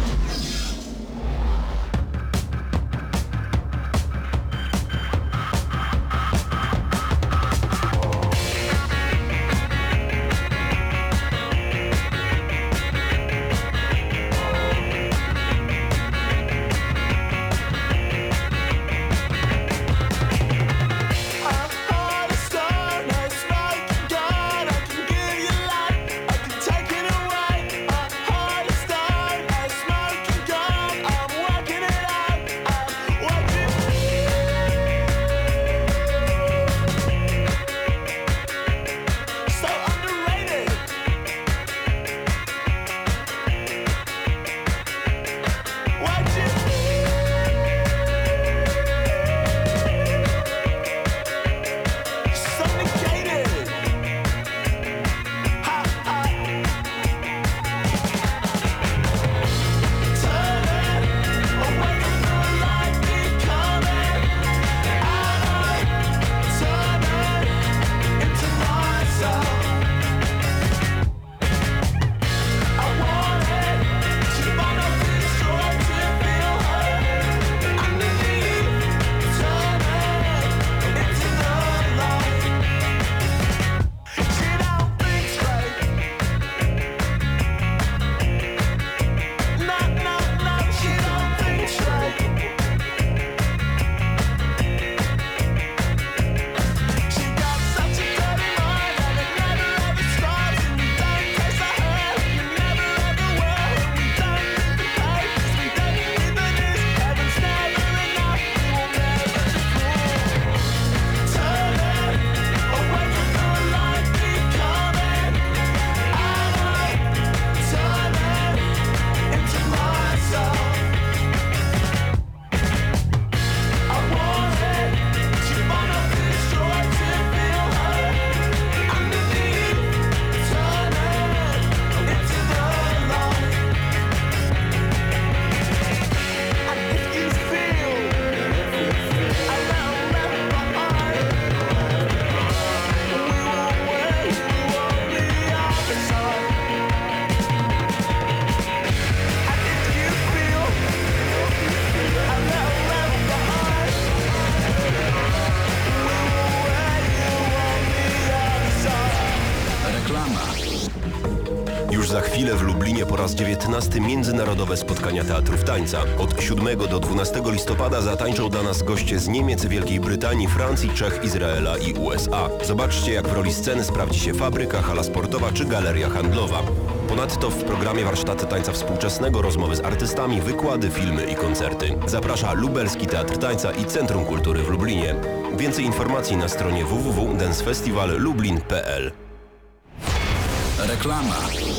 Już za chwilę w Lublinie po raz dziewiętnasty międzynarodowe spotkania teatrów tańca. Od siódmego do dwunastego listopada zatańczą dla nas goście z Niemiec, Wielkiej Brytanii, Francji, Czech, Izraela i U S A. Zobaczcie, jak w roli sceny sprawdzi się fabryka, hala sportowa czy galeria handlowa. Ponadto w programie warsztaty tańca współczesnego, rozmowy z artystami, wykłady, filmy i koncerty. Zaprasza Lubelski Teatr Tańca i Centrum Kultury w Lublinie. Więcej informacji na stronie w w w kropka dance festival lublin kropka p l. Reklama.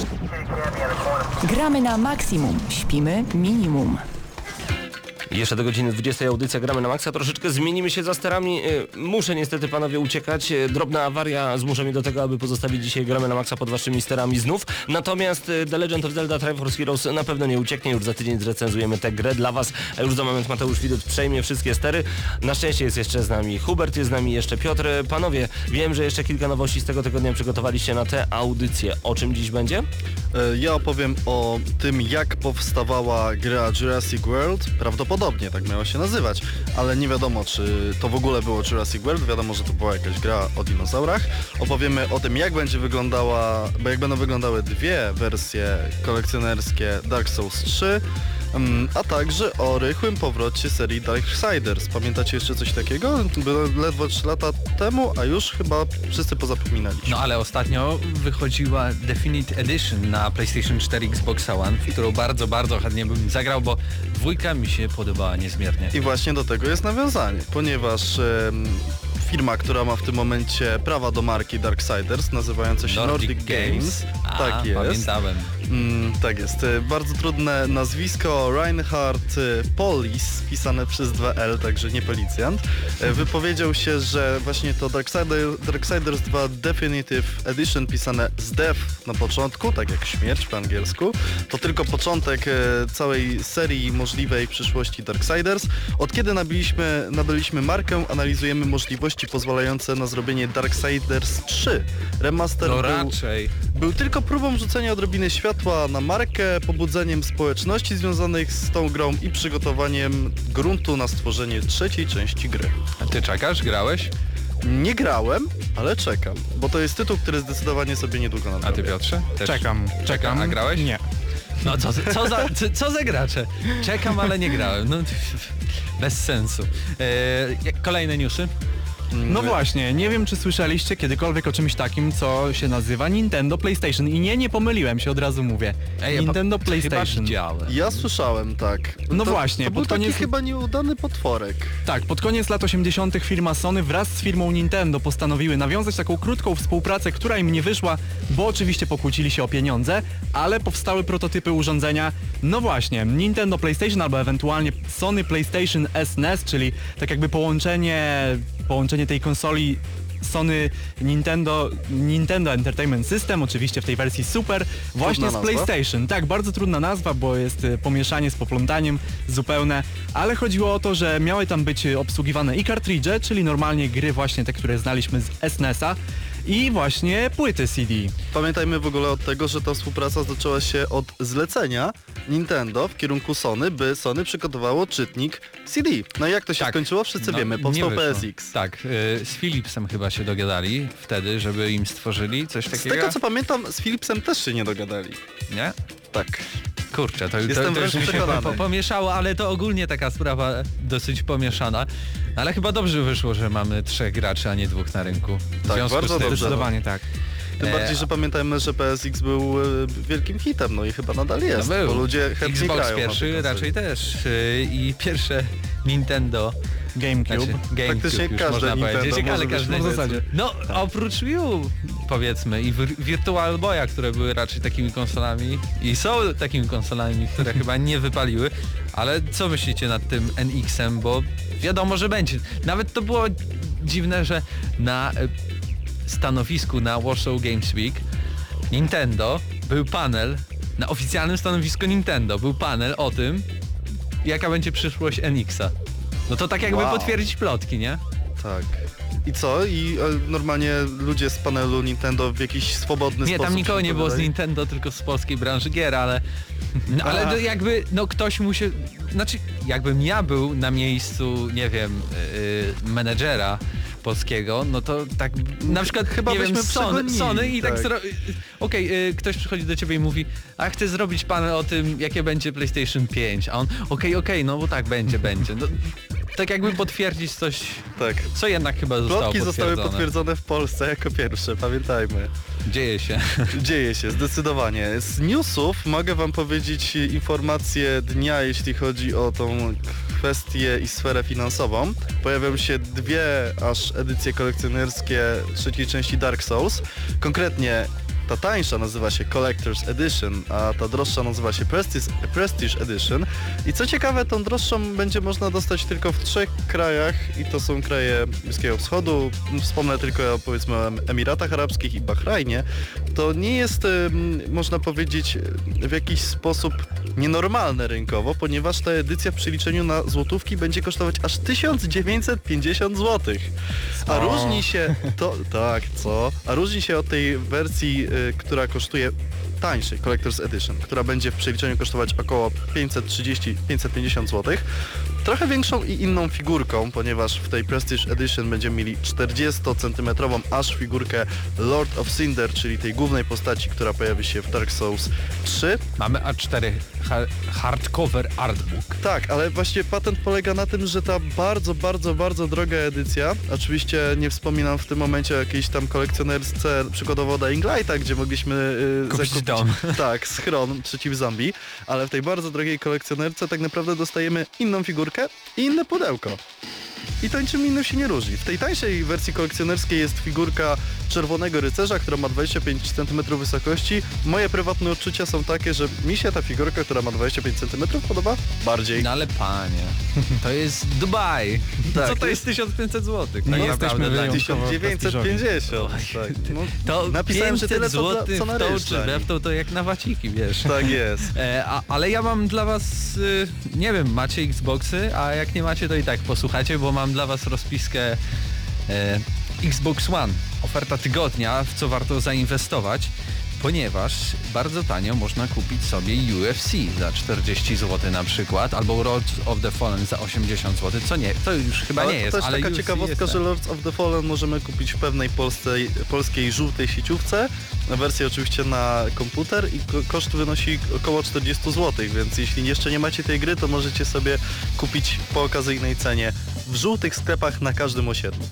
Gramy na maksimum, śpimy minimum. Jeszcze do godziny dwudziestej audycja Gramy na Maxa. Troszeczkę zmienimy się za sterami. Muszę niestety, panowie, uciekać. Drobna awaria zmusza mnie do tego, aby pozostawić dzisiaj Gramy na Maxa pod waszymi sterami znów. Natomiast The Legend of Zelda Triforce Heroes na pewno nie ucieknie. Już za tydzień zrecenzujemy tę grę dla was. A już za moment Mateusz Widut przejmie wszystkie stery. Na szczęście jest jeszcze z nami Hubert, jest z nami jeszcze Piotr. Panowie, wiem, że jeszcze kilka nowości z tego tygodnia przygotowaliście na tę audycję. O czym dziś będzie? Ja opowiem o tym, jak powstawała gra Jurassic World. Prawdopodobnie tak miała się nazywać, ale nie wiadomo, czy to w ogóle było Jurassic World. Wiadomo, że to była jakaś gra o dinozaurach. Opowiemy o tym, jak będzie wyglądała, bo jak będą wyglądały dwie wersje kolekcjonerskie Dark Souls trzy, a także o rychłym powrocie serii Darksiders. Pamiętacie jeszcze coś takiego? Było ledwo trzy lata temu, a już chyba wszyscy pozapominaliśmy. No ale ostatnio wychodziła Definite Edition na PlayStation cztery, Xbox One, w którą bardzo, bardzo chętnie bym zagrał, bo dwójka mi się podobała niezmiernie. I właśnie do tego jest nawiązanie, ponieważ em, firma, która ma w tym momencie prawa do marki Darksiders, nazywająca się Nordic, Nordic Games. Games. A, tak jest. Pamiętałem. Mm, tak jest. Bardzo trudne nazwisko, Reinhard Polis, pisane przez dwa L, także nie policjant, wypowiedział się, że właśnie to Darksider, Darksiders dwa Definitive Edition, pisane z dev na początku, tak jak śmierć po angielsku, to tylko początek całej serii możliwej przyszłości Darksiders. Od kiedy nabyliśmy, nabyliśmy markę, analizujemy możliwości możliwości pozwalające na zrobienie Darksiders trzy. Remaster No był, raczej. był tylko próbą rzucenia odrobiny światła na markę, pobudzeniem społeczności związanych z tą grą i przygotowaniem gruntu na stworzenie trzeciej części gry. A ty czekasz? Grałeś? Nie grałem, ale czekam, bo to jest tytuł, który zdecydowanie sobie niedługo nadrobię. A ty, Piotrze? Też? Czekam, czekam. A grałeś? Nie. No co, co, za, co, co za gracze? Czekam, ale nie grałem. No, bez sensu. E, jak- kolejne newsy? No właśnie, nie wiem czy słyszeliście kiedykolwiek o czymś takim, co się nazywa Nintendo PlayStation. I nie, nie pomyliłem się, od razu mówię. Ej, Nintendo chyba PlayStation. widziałem. Ja słyszałem, tak. No to, właśnie, to był pod taki koniec- chyba nieudany potworek. Tak, pod koniec lat osiemdziesiątych firma Sony wraz z firmą Nintendo postanowiły nawiązać taką krótką współpracę, która im nie wyszła, bo oczywiście pokłócili się o pieniądze, ale powstały prototypy urządzenia, no właśnie, Nintendo PlayStation albo ewentualnie Sony PlayStation S N E S, czyli tak jakby połączenie, połączenie tej konsoli Sony Nintendo, Nintendo Entertainment System, oczywiście w tej wersji Super, właśnie z nazwa. PlayStation. Tak, bardzo trudna nazwa, bo jest y, pomieszanie z poplątaniem zupełne, ale chodziło o to, że miały tam być y, obsługiwane i kartridże, czyli normalnie gry właśnie te, które znaliśmy z S N E S a i właśnie płyty C D. Pamiętajmy w ogóle od tego, że ta współpraca zaczęła się od zlecenia Nintendo w kierunku Sony, by Sony przygotowało czytnik C D. No i jak to się Tak. skończyło? Wszyscy No, wiemy, nie powstał wyszło. P S X. Tak, y, z Philipsem chyba się dogadali wtedy, żeby im stworzyli coś Z takiego. tego co pamiętam, z Philipsem też się nie dogadali. Nie? Tak. Kurczę, to, Jestem to, to już wręcz mi się przekonany. po, pomieszało, ale to ogólnie taka sprawa dosyć pomieszana. Ale chyba dobrze wyszło, że mamy trzech graczy, a nie dwóch na rynku. W Tak, związku bardzo z tym, dobrze. Zdecydowanie tak. Tym E, bardziej, że pamiętajmy, że P S X był e, wielkim hitem, no i chyba nadal jest, No był. bo ludzie chętnie Xbox grają na pierwszy tej konsoli. raczej też. y, I pierwsze Nintendo. GameCube. Znaczy, GameCube Praktycznie już każde można Nintendo powiedzieć, może ale być każde w zasadzie. No oprócz Wii U powiedzmy i Vir- Virtual Boya, które były raczej takimi konsolami i są takimi konsolami, które chyba nie wypaliły, ale co myślicie nad tym N X-em, bo wiadomo, że będzie. Nawet to było dziwne, że na e, stanowisku na Warsaw Games Week Nintendo był panel, na oficjalnym stanowisku Nintendo był panel o tym, jaka będzie przyszłość N X-a. No to tak jakby Wow. potwierdzić plotki, nie? Tak. I co? I e, normalnie ludzie z panelu Nintendo w jakiś swobodny Nie, sposób tam nikogo się nie było z wypowiadali? Nintendo, tylko z polskiej branży gier, ale... No, ale to jakby, no ktoś musi... Znaczy, jakbym ja był na miejscu, nie wiem, yy, menedżera polskiego, no to tak na przykład, Chyba nie wiem, byśmy Sony, przegonili, Sony i tak... tak. zro- Okej, yy, ktoś przychodzi do ciebie i mówi, a chcę zrobić panel o tym, jakie będzie PlayStation pięć, a on, okej, okej, no bo tak będzie, będzie. No, tak jakby potwierdzić coś, Tak. co jednak chyba zostało Plotki zostały potwierdzone. potwierdzone w Polsce jako pierwsze, pamiętajmy. Dzieje się. Dzieje się, zdecydowanie. Z newsów mogę wam powiedzieć informację dnia, jeśli chodzi o tą kwestię i sferę finansową. Pojawią się dwie aż edycje kolekcjonerskie trzeciej części Dark Souls. Konkretnie ta tańsza nazywa się Collector's Edition, a ta droższa nazywa się Prestige, Prestige Edition. I co ciekawe, tą droższą będzie można dostać tylko w trzech krajach i to są kraje Bliskiego Wschodu. Wspomnę tylko o, powiedzmy o Emiratach Arabskich i Bahrajnie. To nie jest, ym, można powiedzieć, w jakiś sposób nienormalne rynkowo, ponieważ ta edycja w przeliczeniu na złotówki będzie kosztować aż tysiąc dziewięćset pięćdziesiąt złotych. A różni się to, tak, co? A różni się od tej wersji, y, która kosztuje tańszej, Collector's Edition, która będzie w przeliczeniu kosztować około pięćset trzydzieści do pięćset pięćdziesiąt złotych. Trochę większą i inną figurką, ponieważ w tej Prestige Edition będziemy mieli czterdziestocentymetrową aż figurkę Lord of Cinder, czyli tej głównej postaci, która pojawi się w Dark Souls trzy. Mamy A cztery ha- hardcover artbook. Tak, ale właśnie patent polega na tym, że ta bardzo, bardzo, bardzo droga edycja, oczywiście nie wspominam w tym momencie o jakiejś tam kolekcjonerce przykładowo Dying Lighta, gdzie mogliśmy yy, Kupić zakupić dom. tak, schron przeciw zombie, ale w tej bardzo drogiej kolekcjonerce tak naprawdę dostajemy inną figurkę i inne pudełko. I to niczym innym się nie różni. W tej tańszej wersji kolekcjonerskiej jest figurka Czerwonego Rycerza, która ma dwadzieścia pięć centymetrów wysokości. Moje prywatne odczucia są takie, że mi się ta figurka, która ma dwadzieścia pięć centymetrów podoba bardziej. No ale panie, to jest Dubaj. Tak, Co to to jest tysiąc pięćset złotych? Nie Tak jesteśmy naprawdę dla wyjątkowi. nich. tysiąc dziewięćset pięćdziesiąt. Tak. No, To napisałem, że tyle pięćset co, złotych co w na tą ryż czy dla we w nich. tą to jak na waciki, wiesz. Tak jest. E, a, ale ja mam dla was, y, nie wiem, macie Xboxy, a jak nie macie to i tak posłuchajcie, bo mam dla was rozpiskę E, Xbox One, oferta tygodnia, w co warto zainwestować, ponieważ bardzo tanio można kupić sobie U F C za czterdzieści złotych na przykład, albo Lords of the Fallen za osiemdziesiąt złotych, co nie, to już chyba ale nie to jest, też ale taka U F C ciekawostka, jest. że Lords of the Fallen możemy kupić w pewnej polskiej, polskiej żółtej sieciówce, wersję oczywiście na komputer i ko- koszt wynosi około czterdzieści złotych, więc jeśli jeszcze nie macie tej gry, to możecie sobie kupić po okazyjnej cenie w żółtych sklepach na każdym osiedlu.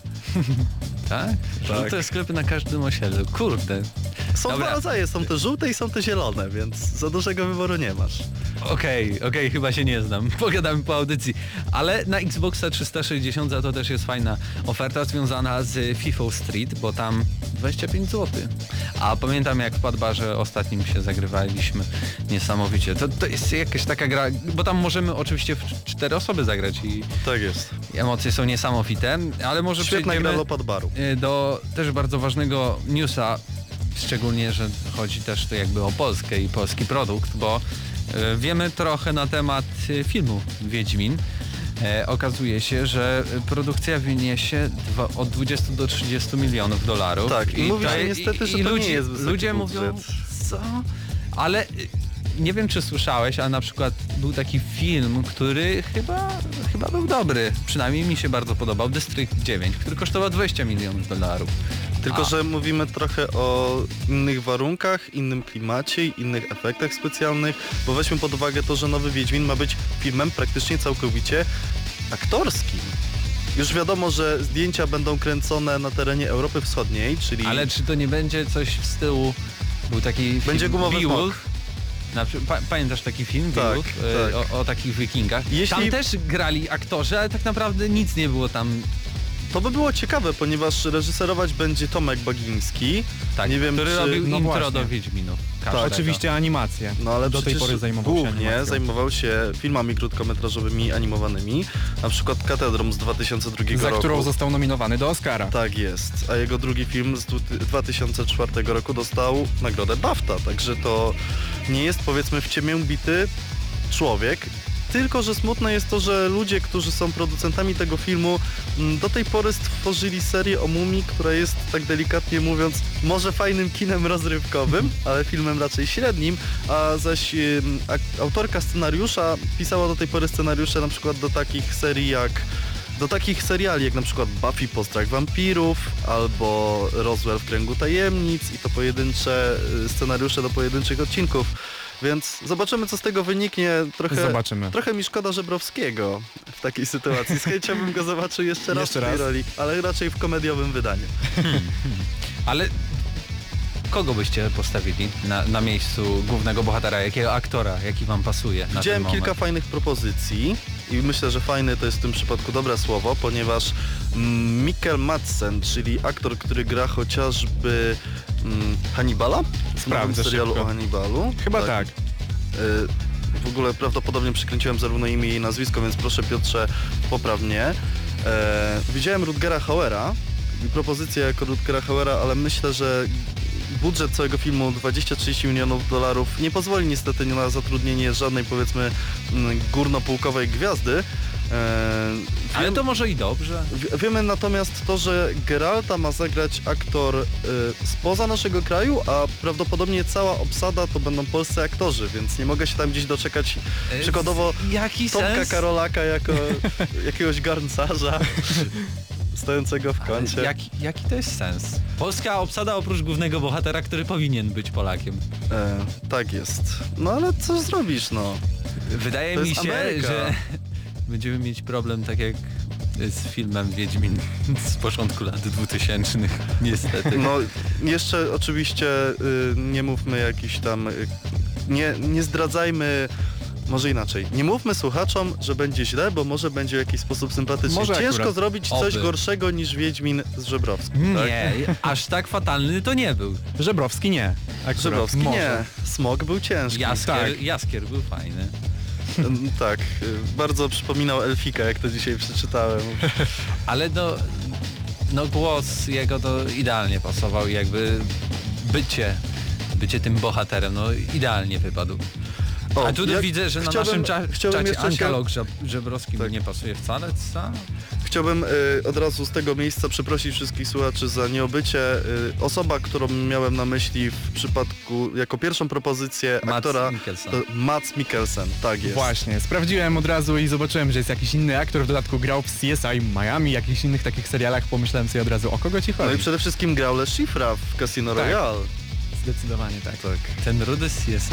Tak? Żółte sklepy na każdym osiedlu, kurde. Są Dobra. dwa rodzaje, są te żółte i są te zielone, więc za dużego wyboru nie masz. Okej, okay, okej, okay, chyba się nie znam. Pogadamy po audycji. Ale na Xboxa trzysta sześćdziesiąt za to też jest fajna oferta związana z FIFA Street, bo tam dwadzieścia pięć złotych. A pamiętam jak w Padbarze ostatnim się zagrywaliśmy niesamowicie. To, to jest jakaś taka gra, bo tam możemy oczywiście w cztery osoby zagrać i Tak jest. emocje są niesamowite, ale może Świetna gra przejdziemy do Padbaru. y, do też bardzo ważnego newsa, szczególnie, że chodzi też tu jakby o Polskę i polski produkt, bo y, wiemy trochę na temat y, filmu Wiedźmin. E, okazuje się, że produkcja wyniesie dwa, od dwudziestu do trzydziestu milionów dolarów. Tak, i mówi to- się niestety, że i to nie ludzie, jest wysoki ludzie budżet. mówią, co? Ale y, nie wiem, czy słyszałeś, ale na przykład był taki film, który chyba, chyba był dobry. Przynajmniej mi się bardzo podobał. District dziewięć, który kosztował dwadzieścia milionów dolarów. Tylko, A. że mówimy trochę o innych warunkach, innym klimacie i innych efektach specjalnych, bo weźmy pod uwagę to, że nowy Wiedźmin ma być filmem praktycznie całkowicie aktorskim. Już wiadomo, że zdjęcia będą kręcone na terenie Europy Wschodniej, czyli... Ale czy to nie będzie coś w stylu... Był taki film Będzie gumowy Beowulf. Na przy- pa, pamiętasz taki film Tak, Beowulf? E, tak. O, o takich wikingach. Jeśli- Tam też grali aktorzy, ale tak naprawdę nic nie było tam. To by było ciekawe, ponieważ reżyserować będzie Tomek Bagiński. Tak, Nie wiem, który czy... robił no intro właśnie. do Wiedźminów. Tak. każdego. Oczywiście animacje. No ale do tej przecież pory zajmował się głównie animacją. zajmował się filmami krótkometrażowymi animowanymi, na przykład Katedrą z dwa tysiące drugiego Za roku. którą został nominowany do Oscara. Tak jest, a jego drugi film z dwa tysiące czwartego roku dostał nagrodę BAFTA, także to nie jest powiedzmy w ciemię bity człowiek. Tylko, że smutne jest to, że ludzie, którzy są producentami tego filmu, m, do tej pory stworzyli serię o Mumii, która jest, tak delikatnie mówiąc, może fajnym kinem rozrywkowym, ale filmem raczej średnim, a zaś ym, ak- autorka scenariusza pisała do tej pory scenariusze na przykład do takich serii jak do takich seriali jak na przykład Buffy Postrach Wampirów albo Roswell w Kręgu Tajemnic i to pojedyncze y, scenariusze do pojedynczych odcinków. Więc zobaczymy, co z tego wyniknie. Trochę, Zobaczymy. trochę mi szkoda Żebrowskiego w takiej sytuacji. Z chęcią bym go zobaczył jeszcze raz Jeszcze w tej raz. roli, ale raczej w komediowym wydaniu. Ale kogo byście postawili na, na miejscu głównego bohatera? Jakiego aktora? Jaki wam pasuje na Widziałem ten kilka moment? fajnych propozycji i myślę, że fajny to jest w tym przypadku dobre słowo, ponieważ mm, Mikkel Madsen, czyli aktor, który gra chociażby mm, Hannibala w nowym Sprawdzę serialu szybko. o Hannibalu. Chyba tak. Y, w ogóle prawdopodobnie przekręciłem zarówno imię i nazwisko, więc proszę Piotrze, popraw mnie. E, widziałem Rutgera Hauera i propozycję jako Rutgera Hauera, ale myślę, że budżet całego filmu dwadzieścia trzydzieści milionów dolarów nie pozwoli niestety na zatrudnienie żadnej powiedzmy mm, górnopułkowej gwiazdy. E, Ale wiem- to może i dobrze. Wie- Wiemy natomiast to, że Geralta ma zagrać aktor y, spoza naszego kraju, a prawdopodobnie cała obsada to będą polscy aktorzy, więc nie mogę się tam gdzieś doczekać przykładowo Jaki Tomka sens? Karolaka jako jakiegoś garncarza stojącego w kącie. Jaki, jaki to jest sens? Polska obsada oprócz głównego bohatera, który powinien być Polakiem. E, tak jest. No ale co zrobisz, no? Wydaje To mi jest się, Ameryka. że będziemy mieć problem tak jak z filmem Wiedźmin z początku lat dwutysięcznych, niestety. No jeszcze oczywiście y, nie mówmy jakiś tam, y, nie, nie zdradzajmy, może inaczej, nie mówmy słuchaczom, że będzie źle, bo może będzie w jakiś sposób sympatycznie. Może Ciężko akurat. zrobić coś Oby. gorszego niż Wiedźmin z Żebrowskim. Tak? Nie, aż tak fatalny to nie był. Żebrowski nie. Akurat. Żebrowski Może. nie, Smok był ciężki. Jaskier, Tak. Jaskier był fajny. Mm, tak, y, bardzo przypominał Elfika, jak to dzisiaj przeczytałem. Ale no, no głos jego to idealnie pasował i jakby bycie, bycie tym bohaterem, no idealnie wypadł. O, A tu jak- widzę, że na chciałbym- naszym cza chciałbym czacie jeszcze się- Ankalog Żeb Żebrowski Tak. mi nie pasuje wcale, co? Chciałbym y, od razu z tego miejsca przeprosić wszystkich słuchaczy za nieobycie. Y, osoba, którą miałem na myśli w przypadku, jako pierwszą propozycję Mads aktora, Mikkelsen. to Mads Mikkelsen, tak jest. Właśnie, sprawdziłem od razu i zobaczyłem, że jest jakiś inny aktor, w dodatku grał w C S I Miami, jakichś innych takich serialach, pomyślałem sobie od razu, o kogo ci No chodzi? i przede wszystkim grał Le Chiffra w Casino Tak. Royale. Zdecydowanie tak. Ten rudy jest.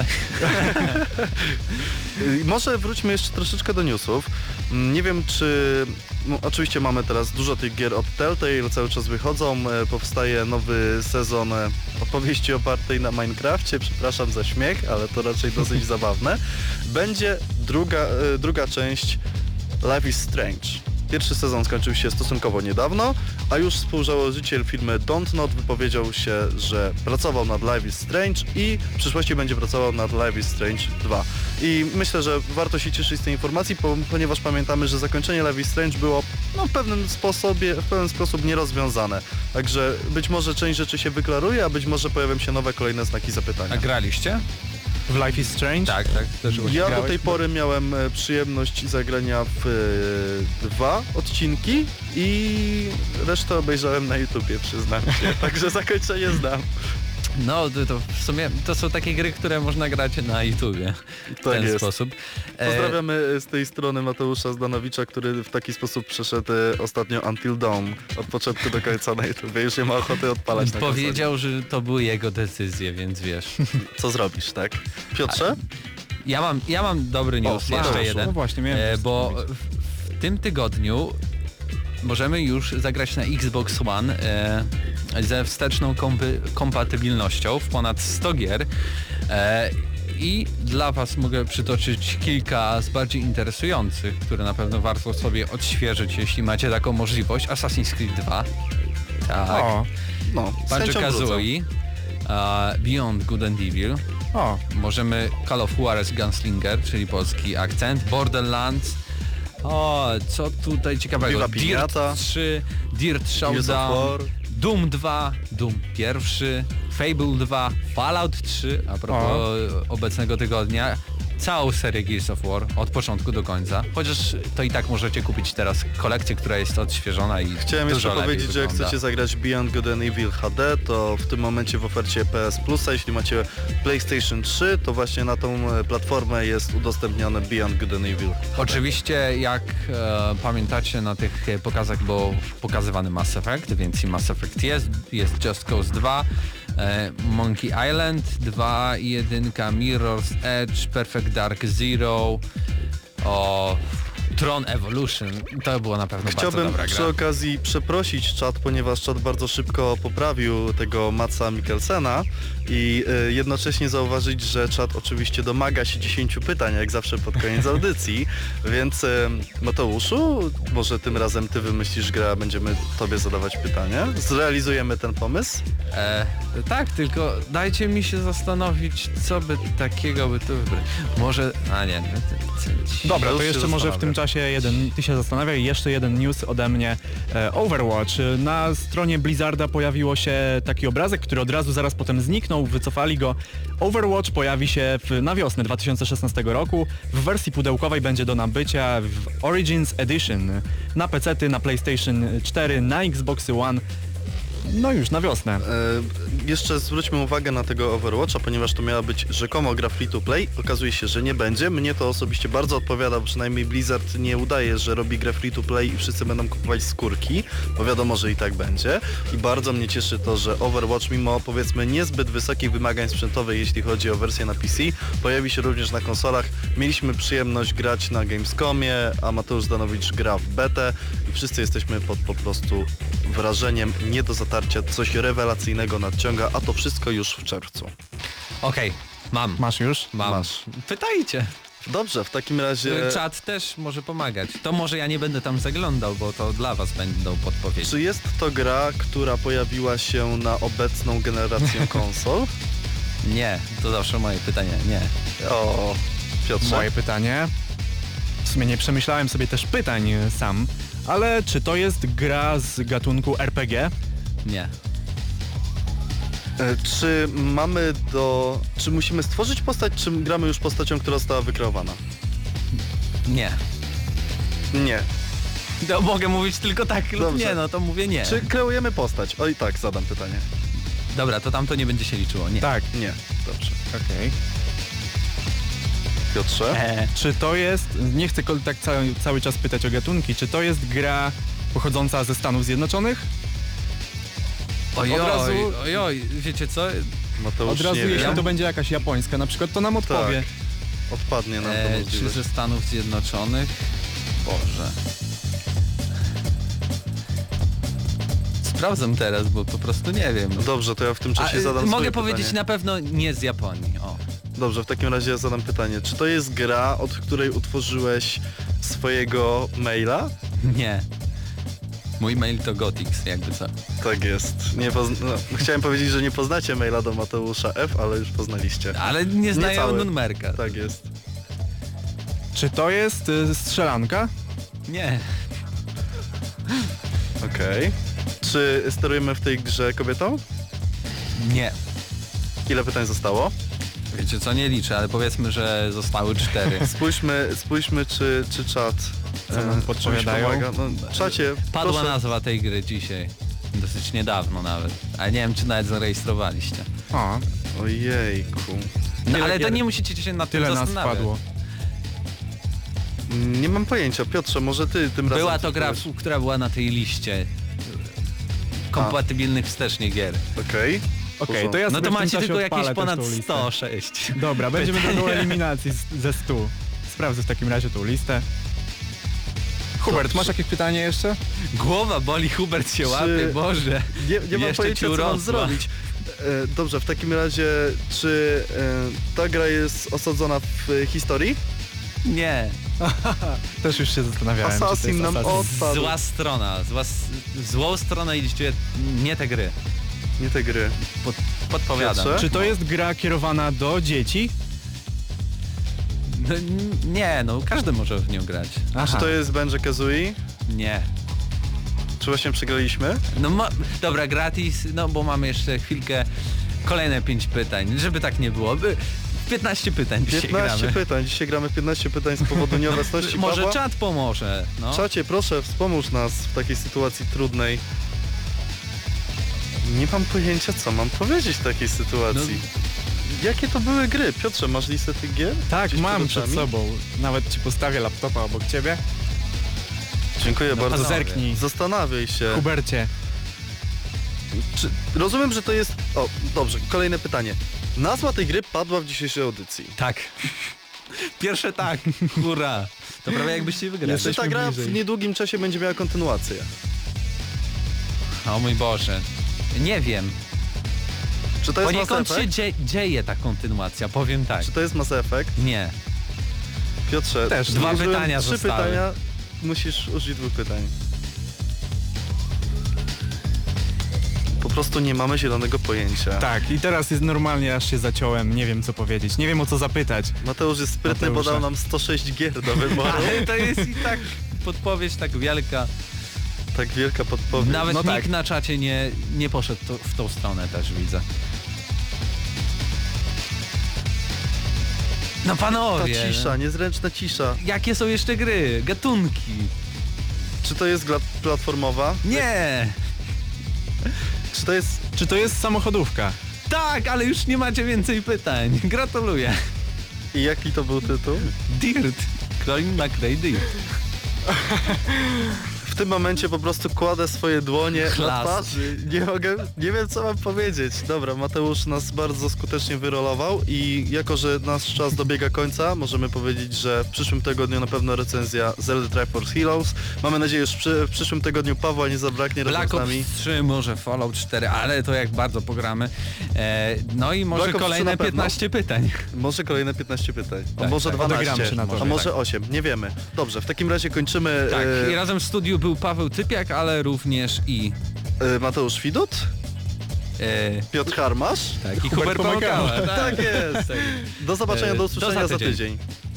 Y, Może wróćmy jeszcze troszeczkę do newsów. Mm, Nie wiem czy... No, oczywiście mamy teraz dużo tych gier od Telltale, cały czas wychodzą, e, powstaje nowy sezon e, opowieści opartej na Minecrafcie, przepraszam za śmiech, ale to raczej dosyć zabawne. Będzie druga, e, druga część Life is Strange. Pierwszy sezon skończył się stosunkowo niedawno, a już współzałożyciel firmy Dontnod wypowiedział się, że pracował nad Life is Strange i w przyszłości będzie pracował nad Life is Strange dwa. I myślę, że warto się cieszyć z tej informacji, po, ponieważ pamiętamy, że zakończenie Life is Strange było no, w pewnym sposobie, w pewien sposób nierozwiązane. Także być może część rzeczy się wyklaruje, a być może pojawią się nowe kolejne znaki zapytania. A graliście? W Life is Strange? Tak, tak. Też właśnie Ja do grałeś? tej pory miałem e, przyjemność zagrania w e, dwa odcinki i resztę obejrzałem na YouTubie, przyznam się. Także zakończenie znam. No to, to w sumie to są takie gry, które można grać na YouTubie w Tak ten jest. sposób. E, Pozdrawiamy z tej strony Mateusza Zdanowicza, który w taki sposób przeszedł e, ostatnio Until Dawn od początku do końca na YouTubie. Już nie ma ochoty odpalać na konsoli. Powiedział, że to były jego decyzje, więc wiesz. Co zrobisz, tak? Piotrze? Ja mam, ja mam dobry news, O, jeszcze Mateuszu. jeden. No właśnie, miałem E, to bo zrobić. w, w tym tygodniu możemy już zagrać na Xbox One e, ze wsteczną kompy, kompatybilnością w ponad sto gier. E, I dla Was mogę przytoczyć kilka z bardziej interesujących, które na pewno warto sobie odświeżyć, jeśli macie taką możliwość. Assassin's Creed dwa. Tak. O, No, z chęcią wrócę. Banjo-Kazooie. Uh, Beyond Good and Evil. o, Możemy Call of Juarez Gunslinger, czyli polski akcent. Borderlands. O, co tutaj ciekawego? Viva Pinata. Dirt trzy, Dirt Gears of Showdown, War. Doom dwa, Doom pierwszy, Fable dwa, Fallout trzy, a propos obecnego tygodnia. Całą serię Gears of War od początku do końca. Chociaż to i tak możecie kupić teraz kolekcję, która jest odświeżona i Chciałem dużo jeszcze lepiej powiedzieć, że jak wygląda. chcecie zagrać Beyond Good and Evil H D, to w tym momencie w ofercie P S Plusa, jeśli macie PlayStation trzy, to właśnie na tą e, platformę jest udostępnione Beyond Good and Evil H D. Oczywiście jak e, pamiętacie na tych e, pokazach był pokazywany Mass Effect, więc i Mass Effect jest, jest Just Cause dwa, e, Monkey Island dwa, jeden, Mirror's Edge, Perfect Dark Zero, o Tron Evolution, to było na pewno bardzo Chciałbym dobra przy gra. okazji przeprosić czat, ponieważ czat bardzo szybko poprawił tego Matsa Mikkelsena i y, jednocześnie zauważyć, że czat oczywiście domaga się dziesięciu pytań, jak zawsze pod koniec audycji, więc y, Mateuszu, może tym razem ty wymyślisz grę, a będziemy tobie zadawać pytania. Zrealizujemy ten pomysł? E, tak, tylko dajcie mi się zastanowić, co by takiego by tu wybrać. Może, a nie. no to- dobra, Już to się jeszcze może w tym zastanawiam. czasie jeden, ty się zastanawiaj, jeszcze jeden news ode mnie. E, Overwatch. Na stronie Blizzarda pojawiło się taki obrazek, który od razu zaraz potem zniknął, wycofali go. Overwatch pojawi się w, na wiosnę dwa tysiące szesnastego roku. W wersji pudełkowej będzie do nabycia w Origins Edition na pecety, na PlayStation cztery, na Xboxy One. No już na wiosnę. E, jeszcze zwróćmy uwagę na tego Overwatcha, ponieważ to miała być rzekomo gra free to play. Okazuje się, że nie będzie. Mnie to osobiście bardzo odpowiada, bo przynajmniej Blizzard nie udaje, że robi grę free to play i wszyscy będą kupować skórki, bo wiadomo, że i tak będzie. I bardzo mnie cieszy to, że Overwatch mimo powiedzmy niezbyt wysokich wymagań sprzętowych, jeśli chodzi o wersję na P C, pojawi się również na konsolach. Mieliśmy przyjemność grać na Gamescomie, a Mateusz Zdanowicz gra w betę i wszyscy jesteśmy pod po prostu wrażeniem nie do zatarcia. Coś rewelacyjnego nadciąga, a to wszystko już w czerwcu. Okej, mam. Masz już? Mam. Masz. Pytajcie. Dobrze, w takim razie... Czat też może pomagać. To może ja nie będę tam zaglądał, bo to dla was będą podpowiedzi. Czy jest to gra, która pojawiła się na obecną generację konsol? Nie, to zawsze moje pytanie, nie. O, Piotrze. Moje pytanie. W sumie nie przemyślałem sobie też pytań e, sam, ale czy to jest gra z gatunku R P G? Nie. E, czy mamy do... Czy musimy stworzyć postać, czy gramy już postacią, która została wykreowana? Nie. Nie. No, mogę mówić tylko tak lub Dobrze. nie, no to mówię nie. Czy kreujemy postać? Oj tak, zadam pytanie. Dobra, to tam to nie będzie się liczyło, nie. Tak, Nie. Dobrze. okej. Piotrze? E, Czy to jest, nie chcę kol- tak cały, cały czas pytać o gatunki, czy to jest gra pochodząca ze Stanów Zjednoczonych? ojoj, od razu- ojoj, wiecie co? Mateusz, Od razu nie jeśli wiem. to będzie jakaś japońska na przykład, to nam odpowie. Odpadnie nam to E, czy możliwość. ze Stanów Zjednoczonych? Boże. Sprawdzam teraz, bo po prostu nie wiem. Dobrze, to ja w tym A, czasie y, zadam mogę swoje powiedzieć pytanie. na pewno nie z Japonii. O. Dobrze, w takim razie ja zadam pytanie. Czy to jest gra, od której utworzyłeś swojego maila? Nie. Mój mail to Gotix, jakby co. Tak jest. Nie pozna... no, chciałem powiedzieć, że nie poznacie maila do Mateusza F, ale już poznaliście. Ale nie znają cały. numerka. Tak jest. Czy to jest y, strzelanka? Nie. Okej. Czy sterujemy w tej grze kobietą? Nie. Ile pytań zostało? Wiecie co, nie liczę, ale powiedzmy, że zostały cztery. Spójrzmy, spójrzmy czy, czy czat Co nam e, czymś podpowiadają? pomaga. No, czacie, Padła proszę. nazwa tej gry dzisiaj. Dosyć niedawno nawet. Ale nie wiem, czy nawet zarejestrowaliście. O, Ojejku. No, Tyle ale to gier. nie musicie się nad tym tyle nas zastanawiać. wpadło. Nie mam pojęcia. Piotrze, może ty tym razem... Była to gra, coś która była na tej liście kompatybilnych wstecznie gier. powiesz? Okej. Okej, to ja No sobie to w tym macie czasie tylko odpalę jakieś też ponad tą listę. sto sześć. Dobra, będziemy drogą eliminacji z, ze stu. Sprawdzę w takim razie tą listę. Hubert, masz jakieś pytanie jeszcze? Głowa boli, Hubert się Czy- łapie, Boże. Nie, nie mam Jeszcze pojęcia, ci co mam urosła. zrobić. E, dobrze, w takim razie, czy e, ta gra jest osadzona w e, historii? Nie. Też już się zastanawiałem, czy to Assassin jest nam Assassin. odpadł. Zła strona. Zła, s- w złą stronę idzie nie te gry. Nie te gry. Pod, podpowiadam. Piotrze? Czy to jest gra kierowana do dzieci? No, n- nie, no każdy może w nią grać. Czy to jest Banjo-Kazooie? Nie. Czy właśnie przegraliśmy? No ma, dobra, gratis, no bo mamy jeszcze chwilkę. Kolejne pięć pytań, żeby tak nie było. By- piętnaście pytań dzisiaj piętnaście gramy. pytań. Dzisiaj gramy piętnaście pytań z powodu nieobecności Może Pawła. czat pomoże. No. Czacie, proszę, wspomóż nas w takiej sytuacji trudnej. Nie mam pojęcia, co mam powiedzieć w takiej sytuacji. Jakie to były gry? Piotrze, masz listę tych gier? Tak, Gdzieś mam przed oczami? sobą. Nawet ci postawię laptopa obok ciebie. Dziękuję No, bardzo. panowie. Zerknij. Zastanawiaj się. Hubercie, Czy, rozumiem, że to jest... O, dobrze, kolejne pytanie. Nazwa tej gry padła w dzisiejszej audycji. Tak. Pierwsze tak. Hurra. To prawie jakbyście wygrali. Czy ta gra w bliżej. niedługim czasie będzie miała kontynuację? O mój Boże. Nie wiem. Czy to jest Mass Poniekąd się Effect? dzie dzieje ta kontynuacja, powiem tak. Czy to jest Mass Effect? Nie. Piotrze, Też. Dwa użyłem pytania trzy zostały. pytania, musisz użyć dwóch pytań. Po prostu nie mamy zielonego pojęcia. tak, i teraz jest normalnie, aż się zaciąłem, nie wiem co powiedzieć, nie wiem o co zapytać. Mateusz jest sprytny, bo Mateusza. dał nam sto sześć gier do wyboru. Ale to jest i tak podpowiedź tak wielka. Tak wielka podpowiedź. Nawet no nikt tak. na czacie nie, nie poszedł to, w tą stronę też widzę. No Ta panowie, cisza, niezręczna cisza. jakie są jeszcze gry? Gatunki? Czy to jest gra platformowa? Nie! Czy to jest... Czy to jest samochodówka? Tak, ale już nie macie więcej pytań. Gratuluję. I jaki to był tytuł? Dirt. Colin McRae Dirt. W tym momencie po prostu kładę swoje dłonie na Klas. twarzy. Nie mogę, nie wiem co mam powiedzieć. Dobra, Mateusz nas bardzo skutecznie wyrolował i jako, że nasz czas dobiega końca, możemy powiedzieć, że w przyszłym tygodniu na pewno recenzja Zelda Triforce Heroes. Mamy nadzieję, że przy, w przyszłym tygodniu Pawła nie zabraknie razem Black z Ops nami. trzy, może Fallout cztery, ale to jak bardzo pogramy. E, no i może Black Ops trzy kolejne na pewno. piętnaście pytań. Może kolejne piętnaście pytań. A Tak, może tak. dwanaście. Odegramy się na to. A może osiem. Nie wiemy. Dobrze, w takim razie kończymy. Tak, e, i razem w studiu był Paweł Typiak, ale również i e, Mateusz Widut, e, Piotr Harmasz. tak, i Hubert Hubert Pomagała. Pomagała. Tak jest. Do zobaczenia, E, do usłyszenia do za za tydzień. tydzień.